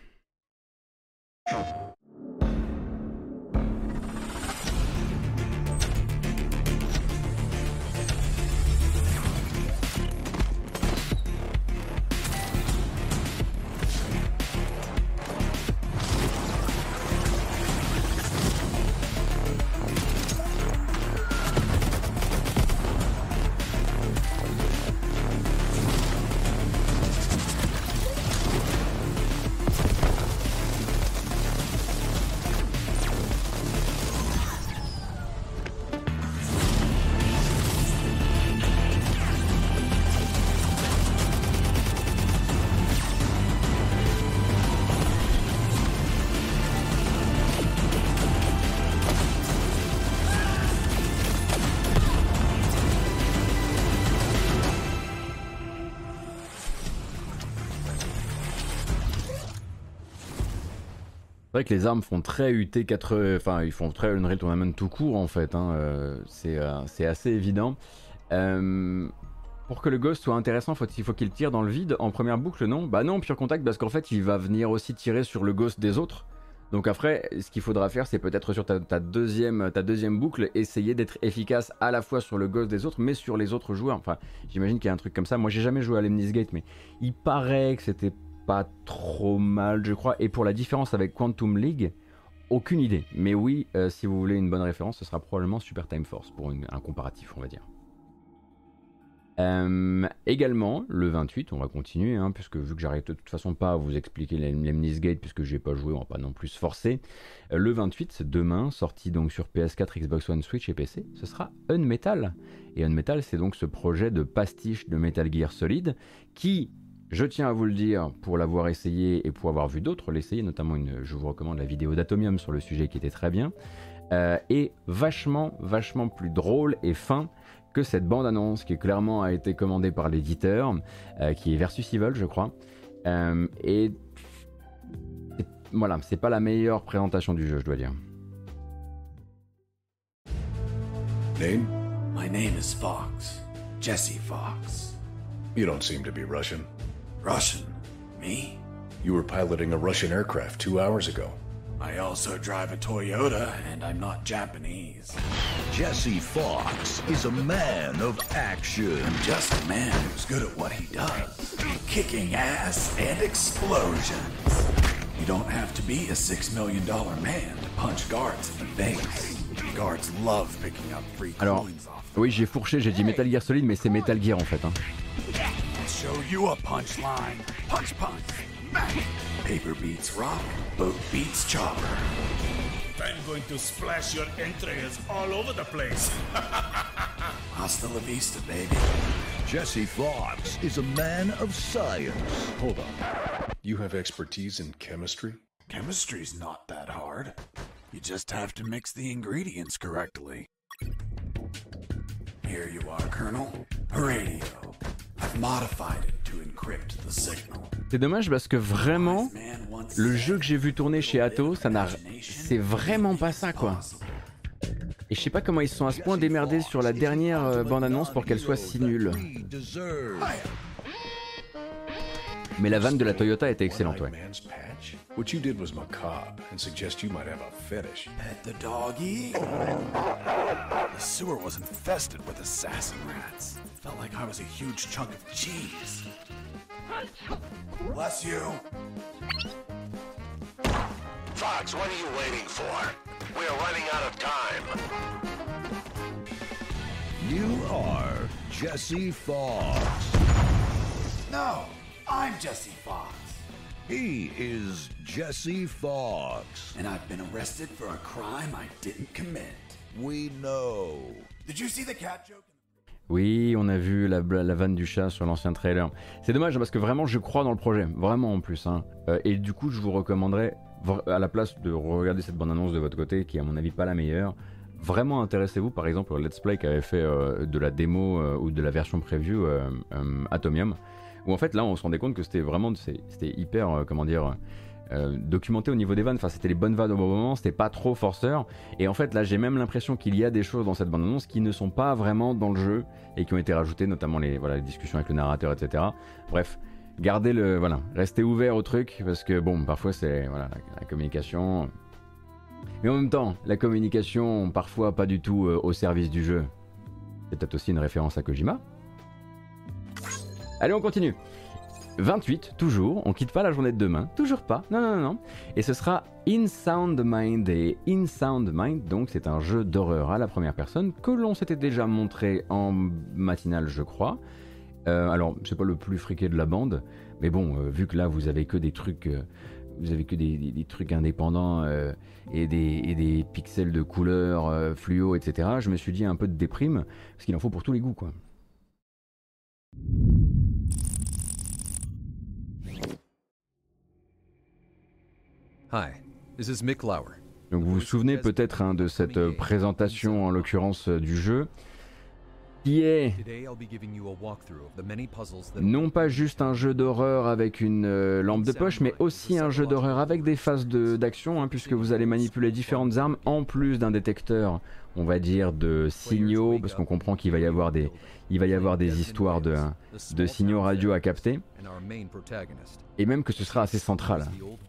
C'est vrai que les armes font très U T quatre-vingts, enfin ils font très Unreal Tournament tout court en fait, hein, euh, c'est euh, c'est assez évident. Euh, pour que le ghost soit intéressant, faut, il faut qu'il tire dans le vide en première boucle, non? Bah non, Pure Contact, parce qu'en fait il va venir aussi tirer sur le ghost des autres. Donc après, ce qu'il faudra faire, c'est peut-être sur ta, ta, deuxième, ta deuxième boucle, essayer d'être efficace à la fois sur le ghost des autres, mais sur les autres joueurs. Enfin, j'imagine qu'il y a un truc comme ça. Moi j'ai jamais joué à Lemnis Gate, mais il paraît que c'était pas trop mal, je crois. Et pour la différence avec Quantum League, aucune idée. Mais oui, euh, si vous voulez une bonne référence, ce sera probablement Super Time Force pour une, un comparatif, on va dire. Euh, également, le vingt-huit, on va continuer, hein, puisque vu que j'arrête de toute façon pas à vous expliquer Lemnis Gate, puisque j'ai pas joué, on va pas non plus se forcer. Euh, le vingt-huit, demain, sorti donc sur P S quatre, Xbox One, Switch et P C, ce sera Unmetal. Et Unmetal, c'est donc ce projet de pastiche de Metal Gear Solid qui, je tiens à vous le dire, pour l'avoir essayé et pour avoir vu d'autres l'essayer, notamment une, je vous recommande la vidéo d'Atomium sur le sujet qui était très bien, euh, est vachement, vachement plus drôle et fin que cette bande-annonce qui clairement a été commandée par l'éditeur, euh, qui est Versus Evil, je crois. Euh, et et voilà, c'est pas la meilleure présentation du jeu, je dois dire. Name? My name is Fox. Jesse Fox. You don't seem to be Russian. Russian? Me? You were piloting a Russian aircraft two hours ago. I also drive a Toyota, and I'm not Japanese. Jesse Fox is a man of action. I'm just a man who's good at what he does. Kicking ass and explosions. You don't have to be a six million dollar man to punch guards in the face. Guards love picking up free Alors, coins off. oui, j'ai fourché, j'ai dit Metal Gear Solid, mais c'est Metal Gear en fait. Hein. I'll show you a punchline. Punch, punch. Paper beats rock, boat beats chopper. I'm going to splash your entrails all over the place. Hasta la vista, baby. Jesse Fox is a man of science. Hold on. You have expertise in chemistry? Chemistry's not that hard. You just have to mix the ingredients correctly. Here you are, Colonel. A radio. I've modified it to encrypt the signal. C'est dommage parce que vraiment, le jeu que j'ai vu tourner chez Atto, ça n'a, c'est vraiment pas ça quoi. Et je sais pas comment ils se sont à ce point démerdés sur la dernière euh, bande-annonce pour qu'elle soit si nulle. Mais la vanne de la Toyota était excellente, ouais. What you did was macabre and suggest you might have a fetish. Pet the doggy? The sewer was infested with assassin rats. Felt like I was a huge chunk of cheese. Bless you. Fox, what are you waiting for? We are running out of time. You are Jesse Fox. No, I'm Jesse Fox. He is Jesse Fox. And I've been arrested for a crime I didn't commit. We know. Did you see the cat joke? Oui, on a vu la, la vanne du chat sur l'ancien trailer. C'est dommage parce que vraiment je crois dans le projet, vraiment en plus. Hein. Euh, et du coup je vous recommanderais, à la place de regarder cette bande-annonce de votre côté, qui est à mon avis pas la meilleure, vraiment intéressez-vous par exemple au Let's Play qui avait fait euh, de la démo euh, ou de la version preview euh, euh, Atomium, où en fait là on se rendait compte que c'était vraiment, c'était hyper, euh, comment dire... Euh, documenté au niveau des vannes, enfin c'était les bonnes vannes au bon moment, c'était pas trop forceur, et en fait là j'ai même l'impression qu'il y a des choses dans cette bande-annonce qui ne sont pas vraiment dans le jeu et qui ont été rajoutées, notamment les, voilà, les discussions avec le narrateur, et cetera. Bref, gardez le, voilà, restez ouvert au truc parce que bon, parfois c'est voilà, la, la communication, mais en même temps la communication parfois pas du tout euh, au service du jeu. C'est peut-être aussi une référence à Kojima. Allez, on continue. vingt-huit, toujours, on quitte pas la journée de demain, toujours pas, non non non non, et ce sera In Sound Mind, et In Sound Mind, donc c'est un jeu d'horreur à la première personne que l'on s'était déjà montré en matinale je crois, euh, alors c'est pas le plus friqué de la bande, mais bon, euh, vu que là vous avez que des trucs, euh, vous avez que des, des, des trucs indépendants euh, et, des, et des pixels de couleurs euh, fluo, et cetera, je me suis dit un peu de déprime, parce qu'il en faut pour tous les goûts quoi. Hi, this is Mick Lauer. Donc vous vous souvenez peut-être hein, de cette euh, présentation en l'occurrence euh, du jeu, qui est non pas juste un jeu d'horreur avec une euh, lampe de poche, mais aussi un jeu d'horreur avec des phases de, d'action, hein, puisque vous allez manipuler différentes armes, en plus d'un détecteur, on va dire, de signaux, parce qu'on comprend qu'il va y avoir des, il va y avoir des histoires de, de signaux radio à capter, et même que ce sera assez central.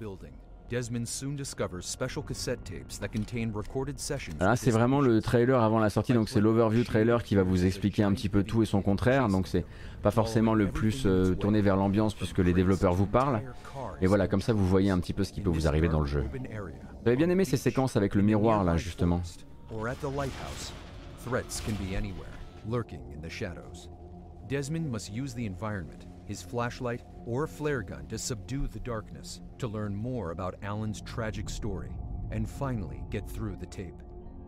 Là c'est vraiment le trailer avant la sortie, donc c'est l'overview trailer qui va vous expliquer un petit peu tout et son contraire, donc c'est pas forcément le plus euh, tourné vers l'ambiance puisque les développeurs vous parlent, et voilà, comme ça vous voyez un petit peu ce qui peut vous arriver dans le jeu. J'avais bien aimé ces séquences avec le miroir là justement. Desmond must use the environment, his flashlight, or a flare gun to subdue the darkness, to learn more about Alan's tragic story, and finally get through the tape.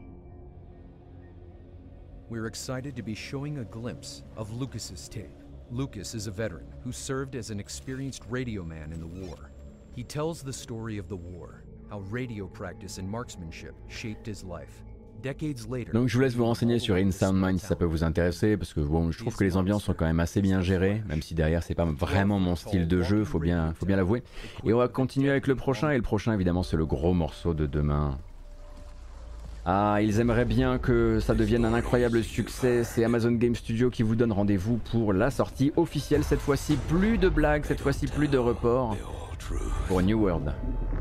We're excited to be showing a glimpse of Lucas's tape. Lucas is a veteran who served as an experienced radio man in the war. He tells the story of the war, how radio practice and marksmanship shaped his life. Donc je vous laisse vous renseigner sur In Sound Mind si ça peut vous intéresser, parce que bon, je trouve que les ambiances sont quand même assez bien gérées, même si derrière c'est pas vraiment mon style de jeu, faut bien, faut bien l'avouer. Et on va continuer avec le prochain, et le prochain évidemment c'est le gros morceau de demain. Ah, ils aimeraient bien que ça devienne un incroyable succès. C'est Amazon Game Studios qui vous donne rendez-vous pour la sortie officielle cette fois-ci. Plus de blagues, cette fois-ci plus de reports pour New World.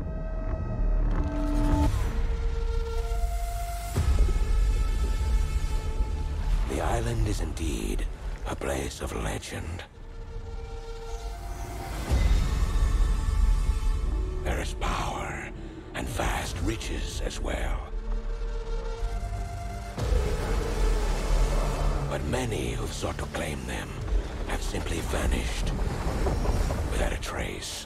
The island is indeed a place of legend. There is power and vast riches as well. But many who've sought to claim them have simply vanished without a trace.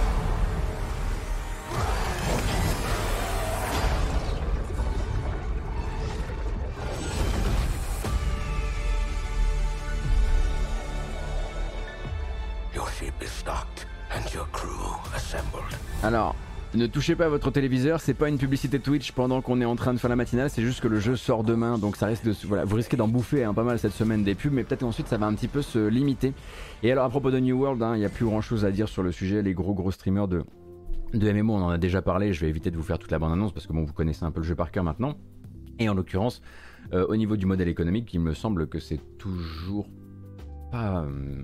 Your ship is stocked and your crew assembled. Alors, ne touchez pas à votre téléviseur, c'est pas une publicité Twitch pendant qu'on est en train de faire la matinale, c'est juste que le jeu sort demain, donc ça risque de, voilà, vous risquez d'en bouffer hein, pas mal cette semaine des pubs, mais peut-être ensuite ça va un petit peu se limiter. Et alors à propos de New World, il hein, n'y a plus grand chose à dire sur le sujet, les gros gros streamers de, de M M O, on en a déjà parlé, je vais éviter de vous faire toute la bande-annonce parce que bon, vous connaissez un peu le jeu par cœur maintenant. Et en l'occurrence, euh, au niveau du modèle économique, il me semble que c'est toujours pas... Euh...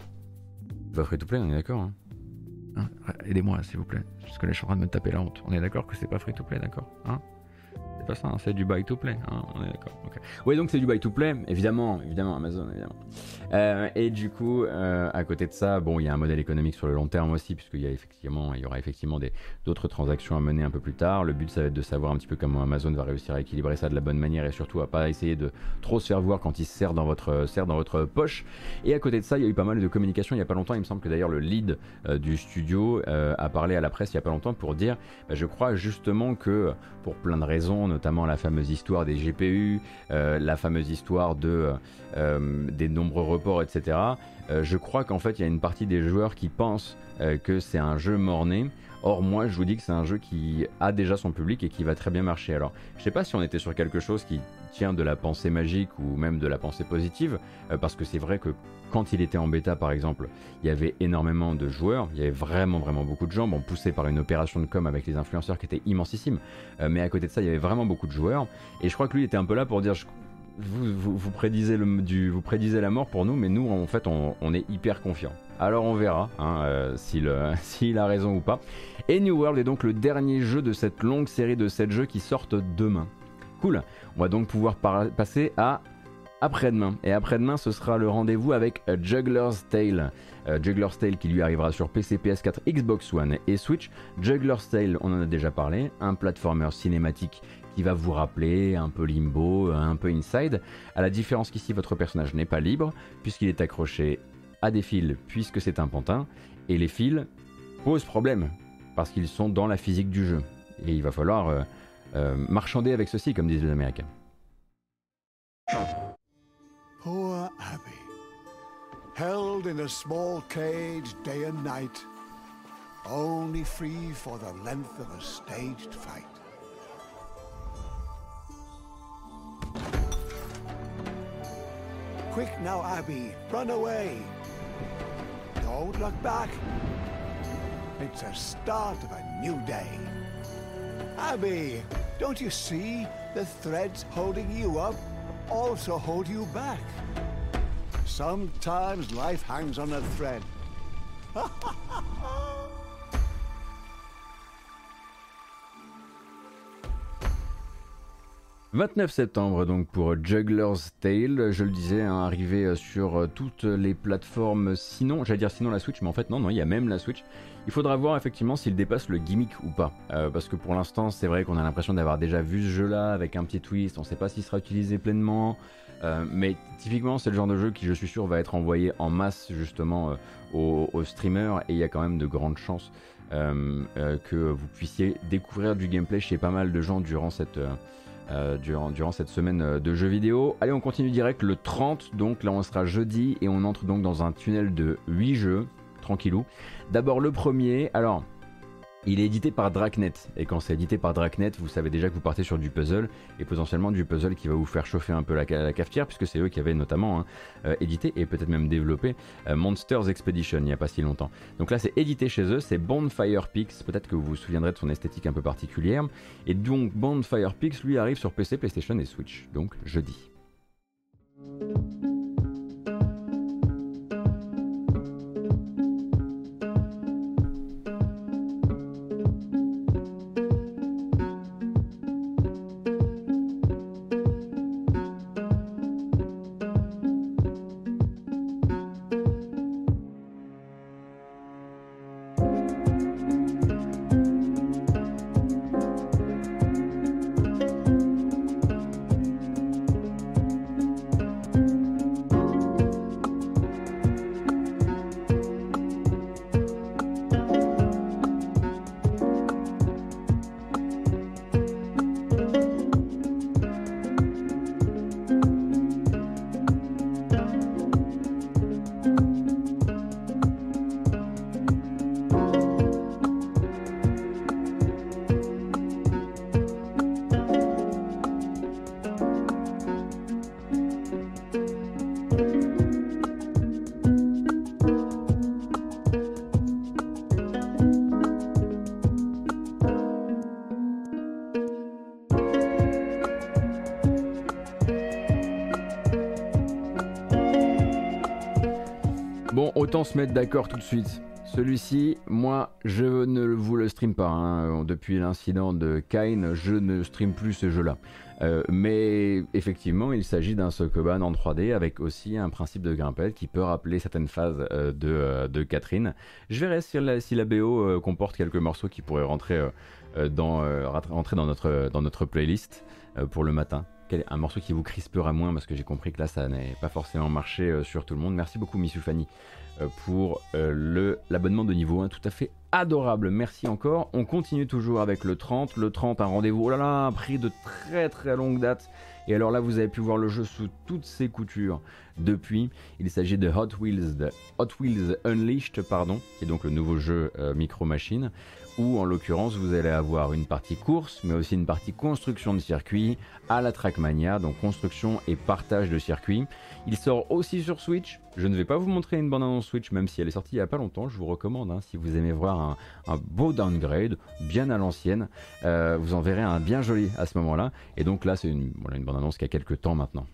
Bah free to play, on est d'accord hein. Hein, aidez-moi s'il vous plaît, parce que là je suis en train de me taper la honte. On est d'accord que c'est pas free to play, d'accord hein? C'est pas ça, hein, c'est du buy to play, hein, on est d'accord. Okay. Oui, donc c'est du buy to play, évidemment, évidemment, Amazon, évidemment. Euh, et du coup, euh, à côté de ça, bon, il y a un modèle économique sur le long terme aussi, puisqu'il y a effectivement, il y aura effectivement des, d'autres transactions à mener un peu plus tard. Le but, ça va être de savoir un petit peu comment Amazon va réussir à équilibrer ça de la bonne manière et surtout à pas essayer de trop se faire voir quand il se sert dans votre, sert dans votre poche. Et à côté de ça, il y a eu pas mal de communication il y a pas longtemps. Il me semble que d'ailleurs le lead euh, du studio euh, a parlé à la presse il y a pas longtemps pour dire, bah, je crois justement que pour plein de raisons, notamment la fameuse histoire des G P U, euh, la fameuse histoire de, euh, des nombreux reports, et cetera. Euh, je crois qu'en fait, il y a une partie des joueurs qui pensent euh, que c'est un jeu mort-né. Or, moi, je vous dis que c'est un jeu qui a déjà son public et qui va très bien marcher. Alors, je sais pas si on était sur quelque chose qui tient de la pensée magique ou même de la pensée positive, euh, parce que c'est vrai que quand il était en bêta, par exemple, il y avait énormément de joueurs, il y avait vraiment, vraiment beaucoup de gens, bon, poussés par une opération de com avec les influenceurs qui était immensissime, euh, mais à côté de ça, il y avait vraiment beaucoup de joueurs, et je crois que lui était un peu là pour dire... Je, Vous, vous, vous, prédisez le, du, vous prédisez la mort pour nous, mais nous, en fait, on, on est hyper confiants. Alors on verra hein, euh, s'il, euh, s'il a raison ou pas. Et New World est donc le dernier jeu de cette longue série de sept jeux qui sortent demain. Cool. On va donc pouvoir par- passer à après-demain. Et après-demain, ce sera le rendez-vous avec Juggler's Tale. Euh, Juggler's Tale qui lui arrivera sur P C, P S quatre, Xbox One et Switch. Juggler's Tale, on en a déjà parlé, un platformer cinématique qui va vous rappeler un peu Limbo, un peu Inside, à la différence qu'ici votre personnage n'est pas libre, puisqu'il est accroché à des fils, puisque c'est un pantin, et les fils posent problème, parce qu'ils sont dans la physique du jeu. Et il va falloir euh, euh, marchander avec ceci, comme disent les Américains. Poor Abby, held in a small cage day and night, only free for the length of a staged fight. Quick now, Abby, run away. Don't look back. It's the start of a new day. Abby, don't you see the threads holding you up also hold you back? Sometimes life hangs on a thread. vingt-neuf septembre donc pour Juggler's Tale, je le disais, hein, arrivé sur toutes les plateformes, sinon, j'allais dire sinon la Switch, mais en fait non, non, il y a même la Switch. Il faudra voir effectivement s'il dépasse le gimmick ou pas, euh, parce que pour l'instant c'est vrai qu'on a l'impression d'avoir déjà vu ce jeu là avec un petit twist, on ne sait pas s'il sera utilisé pleinement, euh, mais typiquement c'est le genre de jeu qui je suis sûr va être envoyé en masse justement euh, aux, aux streamers, et il y a quand même de grandes chances euh, euh, que vous puissiez découvrir du gameplay chez pas mal de gens durant cette... Euh, Euh, durant, durant cette semaine de jeux vidéo. Allez, on continue direct le trente, donc là on sera jeudi et on entre donc dans un tunnel de huit jeux, tranquillou. D'abord le premier, alors Il est édité par Dracnet, et quand c'est édité par Dracnet, vous savez déjà que vous partez sur du puzzle, et potentiellement du puzzle qui va vous faire chauffer un peu la, la cafetière, puisque c'est eux qui avaient notamment hein, euh, édité, et peut-être même développé, euh, Monsters Expedition, il n'y a pas si longtemps. Donc là c'est édité chez eux, c'est Bonfire Pix, peut-être que vous vous souviendrez de son esthétique un peu particulière, et donc Bonfire Pix lui arrive sur P C, PlayStation et Switch, donc jeudi. Autant se mettre d'accord tout de suite. Celui-ci, moi, je ne vous le stream pas. Hein. Depuis l'incident de Kain, je ne stream plus ce jeu-là. Euh, mais effectivement, il s'agit d'un Sokoban en trois D avec aussi un principe de grimpette qui peut rappeler certaines phases euh, de, euh, de Catherine. Je verrai si la, si la B O euh, comporte quelques morceaux qui pourraient rentrer, euh, dans, euh, rentrer dans, notre, dans notre playlist euh, pour le matin. Un morceau qui vous crispera moins parce que j'ai compris que là ça n'avait pas forcément marché euh, sur tout le monde. Merci beaucoup Missou Fanny euh, pour euh, le, l'abonnement de niveau un tout à fait adorable. Merci encore. On continue toujours avec le trente. Le trente, un rendez-vous, oh là là, un prix de très très longue date. Et alors là vous avez pu voir le jeu sous toutes ses coutures depuis. Il s'agit de Hot Wheels, de Hot Wheels Unleashed, pardon, qui est donc le nouveau jeu euh, Micro Machines, où en l'occurrence vous allez avoir une partie course mais aussi une partie construction de circuit à la Trackmania, donc construction et partage de circuits. Il sort aussi sur Switch. Je ne vais pas vous montrer une bande-annonce Switch même si elle est sortie il n'y a pas longtemps, je vous recommande hein, si vous aimez voir un, un beau downgrade bien à l'ancienne, euh, vous en verrez un bien joli à ce moment là, et donc là c'est une, voilà, une bande-annonce qui a quelques temps maintenant.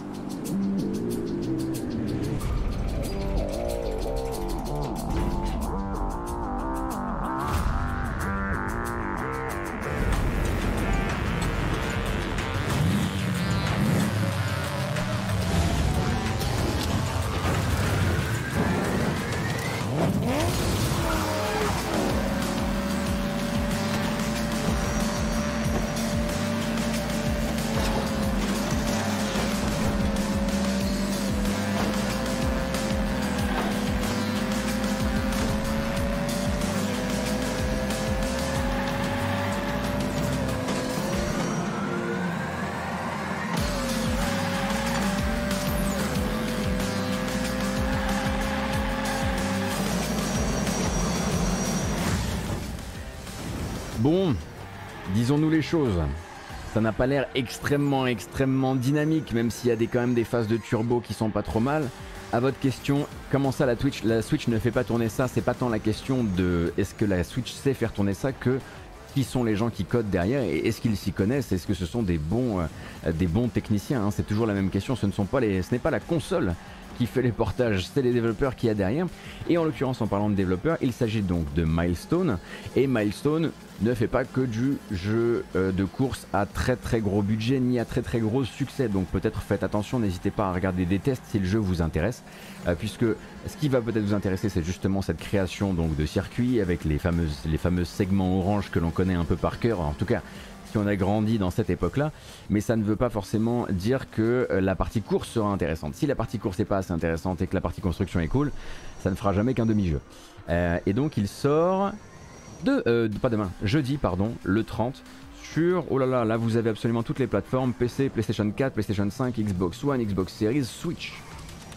Bon, disons-nous les choses, ça n'a pas l'air extrêmement extrêmement dynamique, même s'il y a des, quand même des phases de turbo qui sont pas trop mal. À votre question, comment ça la Twitch, la Switch ne fait pas tourner ça, c'est pas tant la question de est-ce que la Switch sait faire tourner ça que qui sont les gens qui codent derrière et est-ce qu'ils s'y connaissent, est-ce que ce sont des bons, euh, des bons techniciens, hein, c'est toujours la même question, ce ne sont pas les, ce n'est pas la console qui fait les portages, c'est les développeurs qui y a derrière. Et en l'occurrence, en parlant de développeurs, il s'agit donc de Milestone. Et Milestone ne fait pas que du jeu euh, de course à très très gros budget ni à très très gros succès. Donc peut-être faites attention, n'hésitez pas à regarder des tests si le jeu vous intéresse, euh, puisque ce qui va peut-être vous intéresser, c'est justement cette création donc de circuits avec les fameuses les fameux segments orange que l'on connaît un peu par cœur. En tout cas, si on a grandi dans cette époque-là, mais ça ne veut pas forcément dire que la partie course sera intéressante. Si la partie course n'est pas assez intéressante et que la partie construction est cool, ça ne fera jamais qu'un demi-jeu. Euh, et donc il sort de, euh, pas demain, jeudi pardon, le trente sur, oh là là, là vous avez absolument toutes les plateformes, P C, PlayStation quatre, PlayStation cinq, Xbox One, Xbox Series, Switch.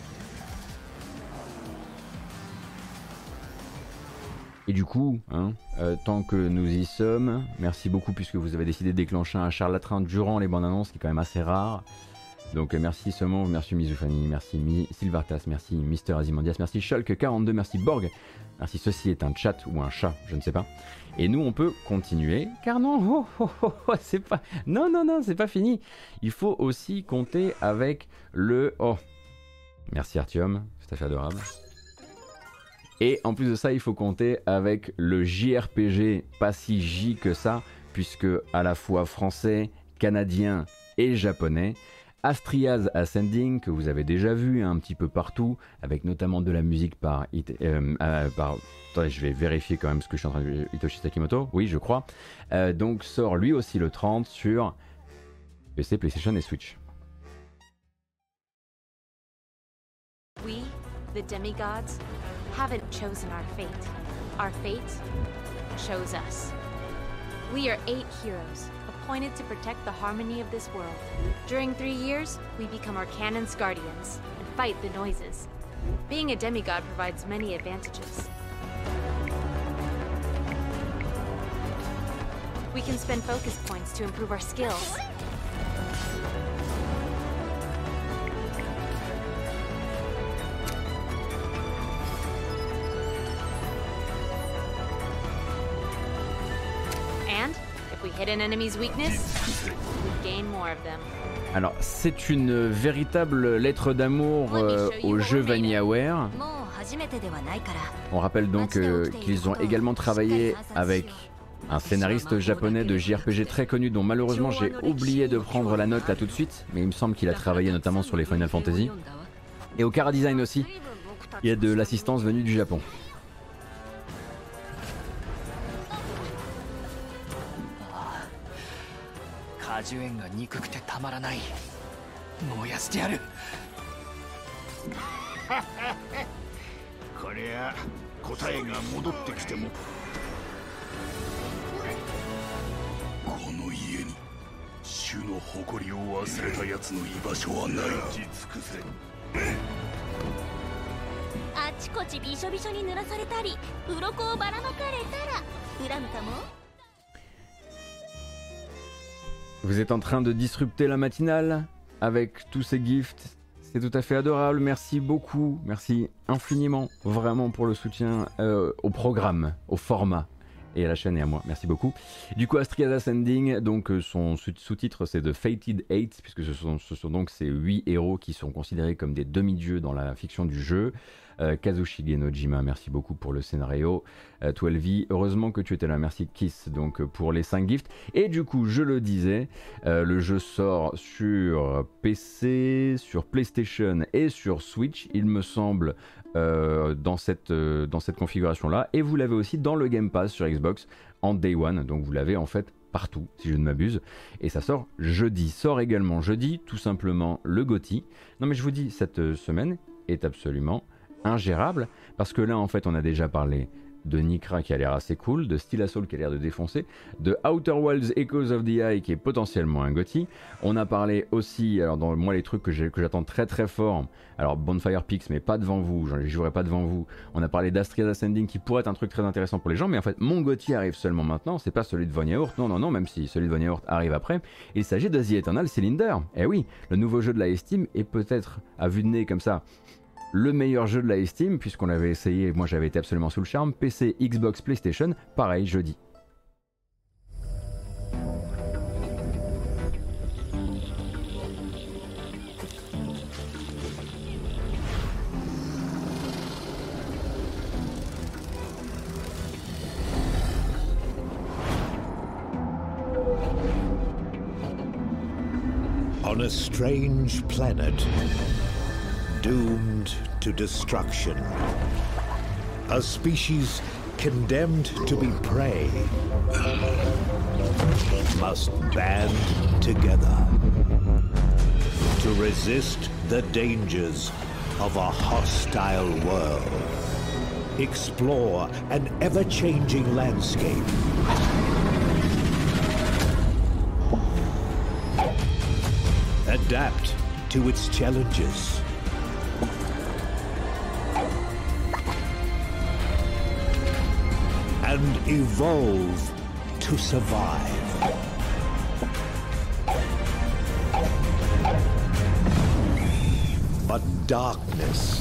Et du coup, hein, euh, tant que nous y sommes. Merci beaucoup puisque vous avez décidé de déclencher un charlatan durant les bandes annonces, qui est quand même assez rare. Donc euh, merci Semon, merci Mizufani, merci Mi Silvartas, merci Mister Azimandias, merci Shulk quarante-deux, merci Borg, merci ceci est un chat ou un chat, je ne sais pas. Et nous on peut continuer, car non, oh, oh, oh, oh, c'est pas, non non non, c'est pas fini. Il faut aussi compter avec le, oh, merci Artyom, c'est tout à fait adorable. Et en plus de ça, il faut compter avec le J R P G, pas si J que ça, puisque à la fois français, canadien et japonais. Astria's Ascending, que vous avez déjà vu un petit peu partout, avec notamment de la musique par... Euh, euh, par attendez, je vais vérifier quand même ce que je suis en train de dire. Hitoshi Sakimoto, oui, je crois. Euh, donc sort lui aussi le trente sur P C, PlayStation et Switch. We, the demigods, haven't chosen our fate. Our fate chose us. We are eight heroes, appointed to protect the harmony of this world. During three years, we become Arcanon's guardians and fight the noises. Being a demigod provides many advantages. We can spend focus points to improve our skills. Alors, c'est une véritable lettre d'amour euh, au jeu VanillaWare. On rappelle donc euh, qu'ils ont également travaillé avec un scénariste japonais de J R P G très connu, dont malheureusement j'ai oublié de prendre la note là tout de suite, mais il me semble qu'il a travaillé notamment sur les Final Fantasy. Et au Chara Design aussi, il y a de l'assistance venue du Japon. Vous êtes en train de disrupter la matinale avec tous ces gifts, c'est tout à fait adorable, merci beaucoup, merci infiniment vraiment pour le soutien euh, au programme, au format et à la chaîne et à moi, merci beaucoup. Du coup Astria's Ascending, donc son sous-titre c'est The Fated Eight, puisque ce sont, ce sont donc ces huit héros qui sont considérés comme des demi-dieux dans la fiction du jeu. Euh, Kazushige Nojima, merci beaucoup pour le scénario. euh, douze V, heureusement que tu étais là, merci Kiss donc pour les cinq gifts. Et du coup, je le disais, euh, le jeu sort sur P C, sur PlayStation et sur Switch, il me semble, euh, dans cette, euh, dans cette configuration-là. Et vous l'avez aussi dans le Game Pass sur Xbox en Day One, donc vous l'avez en fait partout, si je ne m'abuse. Et ça sort jeudi. Sort également jeudi, tout simplement, le GOTY. Non mais je vous dis, cette semaine est absolument ingérable, parce que là en fait on a déjà parlé de Nikra qui a l'air assez cool, de Steel Assault qui a l'air de défoncer, de Outer Worlds Echoes of the Eye qui est potentiellement un GOTY. On a parlé aussi, alors dans moi les trucs que j'attends très très fort, alors Bonfire Pix mais pas devant vous, j'en jouerai pas devant vous. On a parlé d'Astria's Ascending qui pourrait être un truc très intéressant pour les gens, mais en fait mon GOTY arrive seulement maintenant, c'est pas celui de Von Yaourt, non non non, même si celui de Von Yaourt arrive après. Il s'agit de The Eternal Cylinder. Eh oui, le nouveau jeu de la Steam est peut-être à vue de nez comme ça le meilleur jeu de la Steam, puisqu'on l'avait essayé, moi j'avais été absolument sous le charme. P C, Xbox, PlayStation, pareil, jeudi. On a strange planet, doomed to destruction. A species condemned to be prey must band together to resist the dangers of a hostile world. Explore an ever-changing landscape. Adapt to its challenges. and evolve to survive. But darkness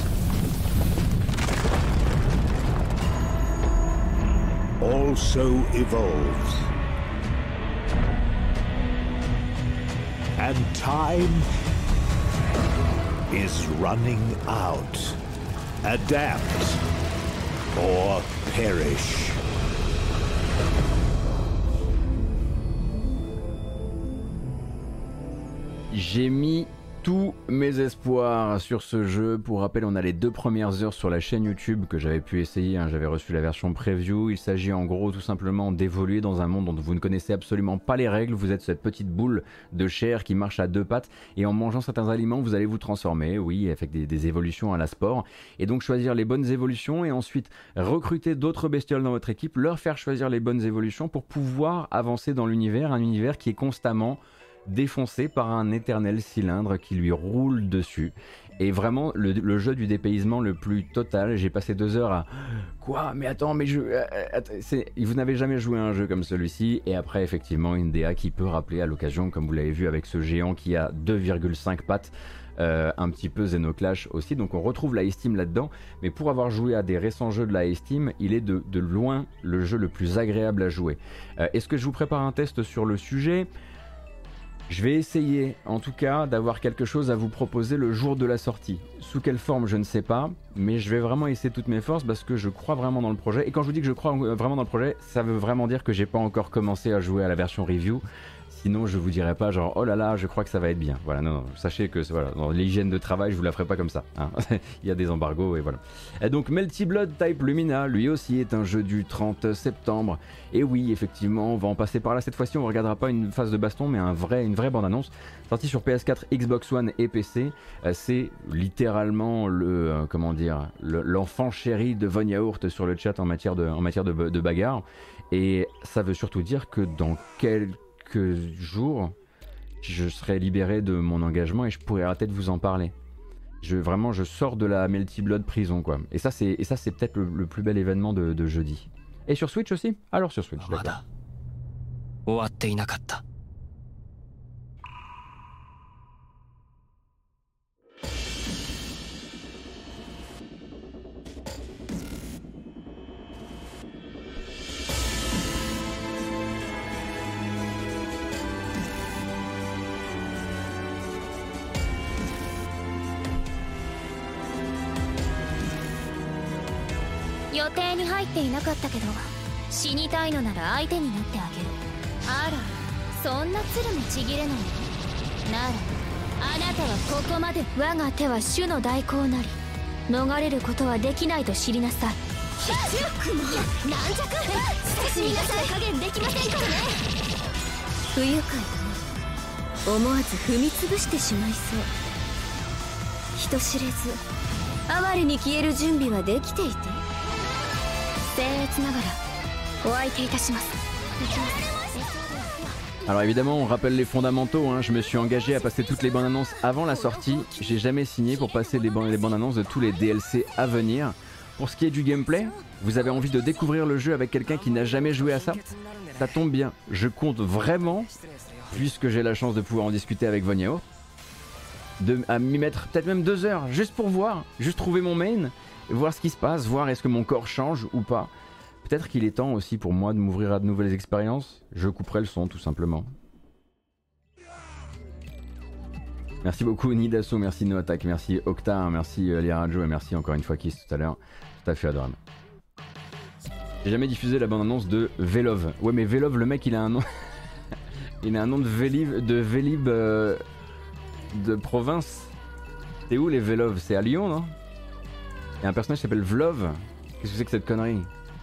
also evolves. And time is running out. Adapt or perish. J'ai mis tous mes espoirs sur ce jeu. Pour rappel, on a les deux premières heures sur la chaîne YouTube que j'avais pu essayer, hein. J'avais reçu la version preview. Il s'agit en gros tout simplement d'évoluer dans un monde dont vous ne connaissez absolument pas les règles. Vous êtes cette petite boule de chair qui marche à deux pattes et en mangeant certains aliments vous allez vous transformer, oui, avec des, des évolutions à la sport, et donc choisir les bonnes évolutions et ensuite recruter d'autres bestioles dans votre équipe, leur faire choisir les bonnes évolutions pour pouvoir avancer dans l'univers, un univers qui est constamment défoncé par un éternel cylindre qui lui roule dessus. Et vraiment le, le jeu du dépaysement le plus total. J'ai passé deux heures à quoi, mais attends, mais je euh, c'est... vous n'avez jamais joué à un jeu comme celui-ci. Et après effectivement une D A qui peut rappeler à l'occasion, comme vous l'avez vu avec ce géant qui a deux virgule cinq pattes, euh, un petit peu Xenoclash aussi. Donc on retrouve la Ice Team là-dedans, mais pour avoir joué à des récents jeux de la Ice Team, il est de, de loin le jeu le plus agréable à jouer. euh, Est-ce que je vous prépare un test sur le sujet ? Je vais essayer en tout cas d'avoir quelque chose à vous proposer le jour de la sortie. Sous quelle forme je ne sais pas, mais je vais vraiment essayer toutes mes forces parce que je crois vraiment dans le projet. Et quand je vous dis que je crois vraiment dans le projet, ça veut vraiment dire que j'ai pas encore commencé à jouer à la version review. Sinon je vous dirais pas genre oh là là je crois que ça va être bien. Voilà, non, non sachez que voilà, dans l'hygiène de travail je vous la ferai pas comme ça, hein. Il y a des embargos et voilà. Et donc Melty Blood Type Lumina, lui aussi est un jeu du trente septembre. Et oui effectivement on va en passer par là cette fois-ci, on ne regardera pas une phase de baston mais un vrai, une vraie bande-annonce. Sorti sur P S quatre, Xbox One et P C. euh, C'est littéralement le, euh, comment dire, le, l'enfant chéri de Von Yaourt sur le chat en matière de, en matière de, de bagarre. Et ça veut surtout dire que dans quelques jours je serai libéré de mon engagement et je pourrai arrêter de vous en parler. Je, vraiment je sors de la Melty Blood prison quoi. Et ça c'est, et ça c'est peut-être le, le plus bel événement de, de jeudi. Et sur Switch aussi? Alors sur Switch, d'accord. 終わっていなかった。 予定に入っていなかったけど、死にたいのなら相手になってあげる。あら、そんな鶴もちぎれないの？なら、あなたはここまで。我が手は主の代行なり、逃れることはできないと知りなさい。チュックも軟弱。私に加減できませんからね。不愉快だね。思わず踏み潰してしまいそう。人知れず哀れに消える準備はできていて。僭越ながらお相手いたします。できます。 Alors évidemment on rappelle les fondamentaux, hein. Je me suis engagé à passer toutes les bandes annonces avant la sortie. J'ai jamais signé pour passer les bandes, les bandes annonces de tous les D L C à venir. Pour ce qui est du gameplay, vous avez envie de découvrir le jeu avec quelqu'un qui n'a jamais joué à ça? Ça tombe bien, je compte vraiment, puisque j'ai la chance de pouvoir en discuter avec Von Yaourt, de, à m'y mettre peut-être même deux heures, juste pour voir, juste trouver mon main, voir ce qui se passe, voir est-ce que mon corps change ou pas. Peut-être qu'il est temps aussi pour moi de m'ouvrir à de nouvelles expériences. Je couperai le son tout simplement. Merci beaucoup Nidasso, merci Noatak, merci Octa, merci euh, Liarajo et merci encore une fois Kiss tout à l'heure. Tout à fait adorable. J'ai jamais diffusé la bande-annonce de Velov. Ouais mais Velov le mec il a un nom... il a un nom de Vélib, de Vélib euh, de province. C'est où les Velov? C'est à Lyon non? Il y a un personnage qui s'appelle Vlov. Qu'est-ce que c'est que cette connerie?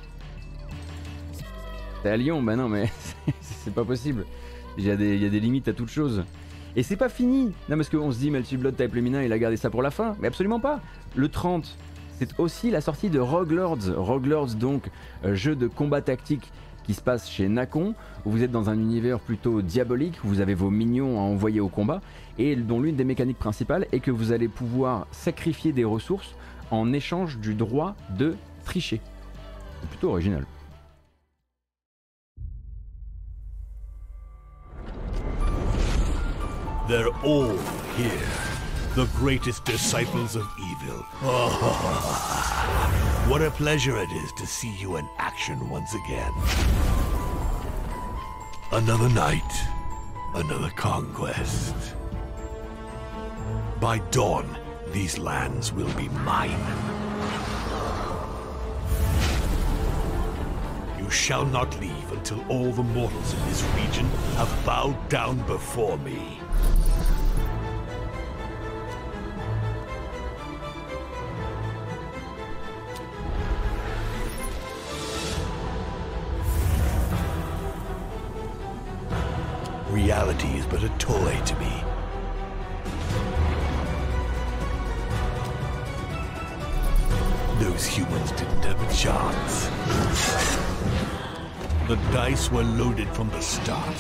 C'est à Lyon? Bah non mais c'est pas possible. Il y, a des, il y a des limites à toute chose. Et c'est pas fini. Non parce qu'on se dit Melty Blood Type Lumina il a gardé ça pour la fin. Mais absolument pas. Le trente c'est aussi la sortie de Rogue Lords. Rogue Lords donc euh, jeu de combat tactique qui se passe chez Nacon, où vous êtes dans un univers plutôt diabolique, où vous avez vos minions à envoyer au combat, et dont l'une des mécaniques principales est que vous allez pouvoir sacrifier des ressources en échange du droit de tricher. C'est plutôt original. They're all here. The greatest disciples of evil. Oh, what a pleasure it is to see you in action once again. Another night, another conquest. By dawn, these lands will be mine. You shall not leave until all the mortals in this region have bowed down before me. Reality is but a toy to me. Those humans didn't have a chance. The dice were loaded from the start.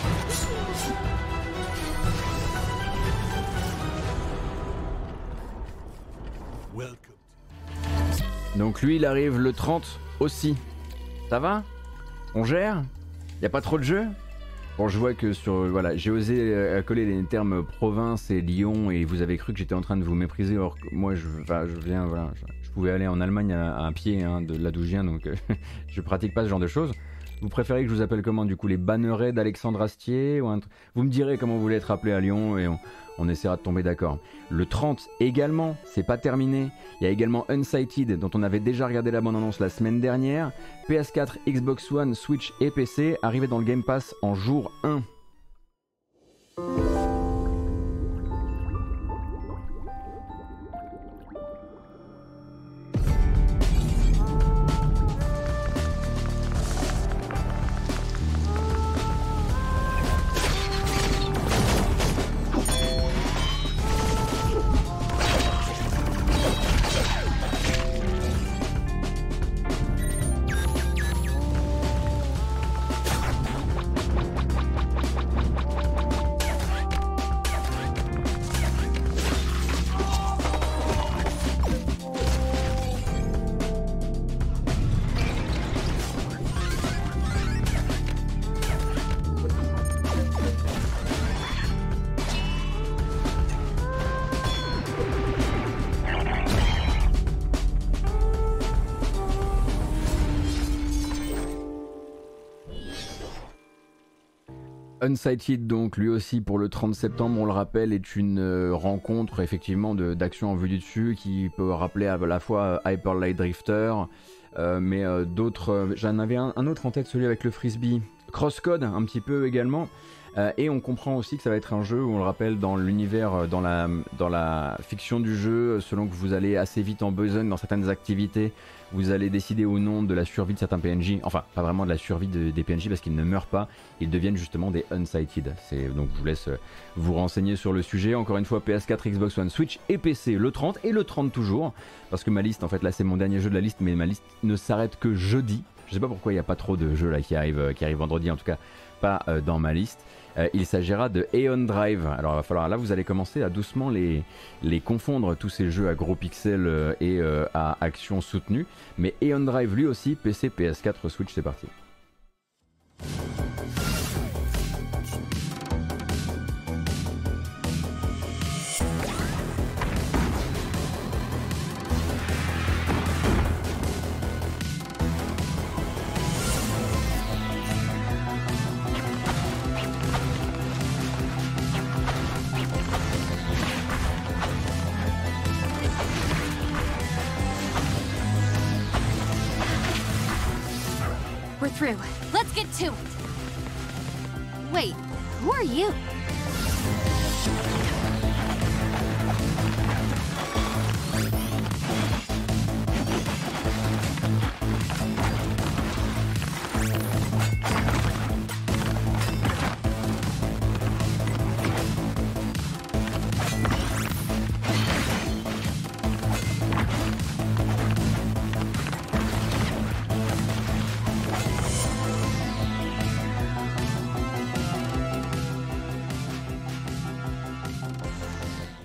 Welcome. Donc lui, il arrive le trente aussi. Ça va? On gère? Y a pas trop de jeux? Bon, je vois que sur... Voilà, j'ai osé euh, coller les termes province et Lyon et vous avez cru que j'étais en train de vous mépriser. Or, moi, je, enfin, je viens... Voilà, je, je pouvais aller en Allemagne à, à un pied hein, de là d'où je viens, donc euh, je pratique pas ce genre de choses. Vous préférez que je vous appelle comment, du coup, les bannerets d'Alexandre Astier ou un... Vous me direz comment vous voulez être appelé à Lyon et on, on essaiera de tomber d'accord. Le trente également, c'est pas terminé. Il y a également Unsighted, dont on avait déjà regardé la bande-annonce la semaine dernière. P S quatre, Xbox One, Switch et P C, arrivé dans le Game Pass en jour un. Unsighted, donc lui aussi pour le trente septembre, on le rappelle, est une euh, rencontre effectivement de, d'action en vue du dessus qui peut rappeler à la fois Hyper Light Drifter, euh, mais euh, d'autres. Euh, j'en avais un, un autre en tête, celui avec le frisbee, Crosscode un petit peu également. Euh, et on comprend aussi que ça va être un jeu où on le rappelle dans l'univers, dans la, dans la fiction du jeu, selon que vous allez assez vite en besogne dans certaines activités, vous allez décider ou non de la survie de certains P N J, enfin pas vraiment de la survie de, des P N J parce qu'ils ne meurent pas, ils deviennent justement des Unsighted. C'est, donc je vous laisse vous renseigner sur le sujet. Encore une fois, P S quatre, Xbox One, Switch et P C le trente et le trente toujours, parce que ma liste, en fait là c'est mon dernier jeu de la liste, mais ma liste ne s'arrête que jeudi. Je sais pas pourquoi il n'y a pas trop de jeux là qui arrivent, qui arrivent vendredi, en tout cas pas euh, dans ma liste. Euh, il s'agira de Aeon Drive. Alors il va falloir, là vous allez commencer à doucement les, les confondre, tous ces jeux à gros pixels euh, et euh, à action soutenue. Mais Aeon Drive lui aussi, P C, P S quatre, Switch, c'est parti. We're through. Let's get to it. Wait, who are you?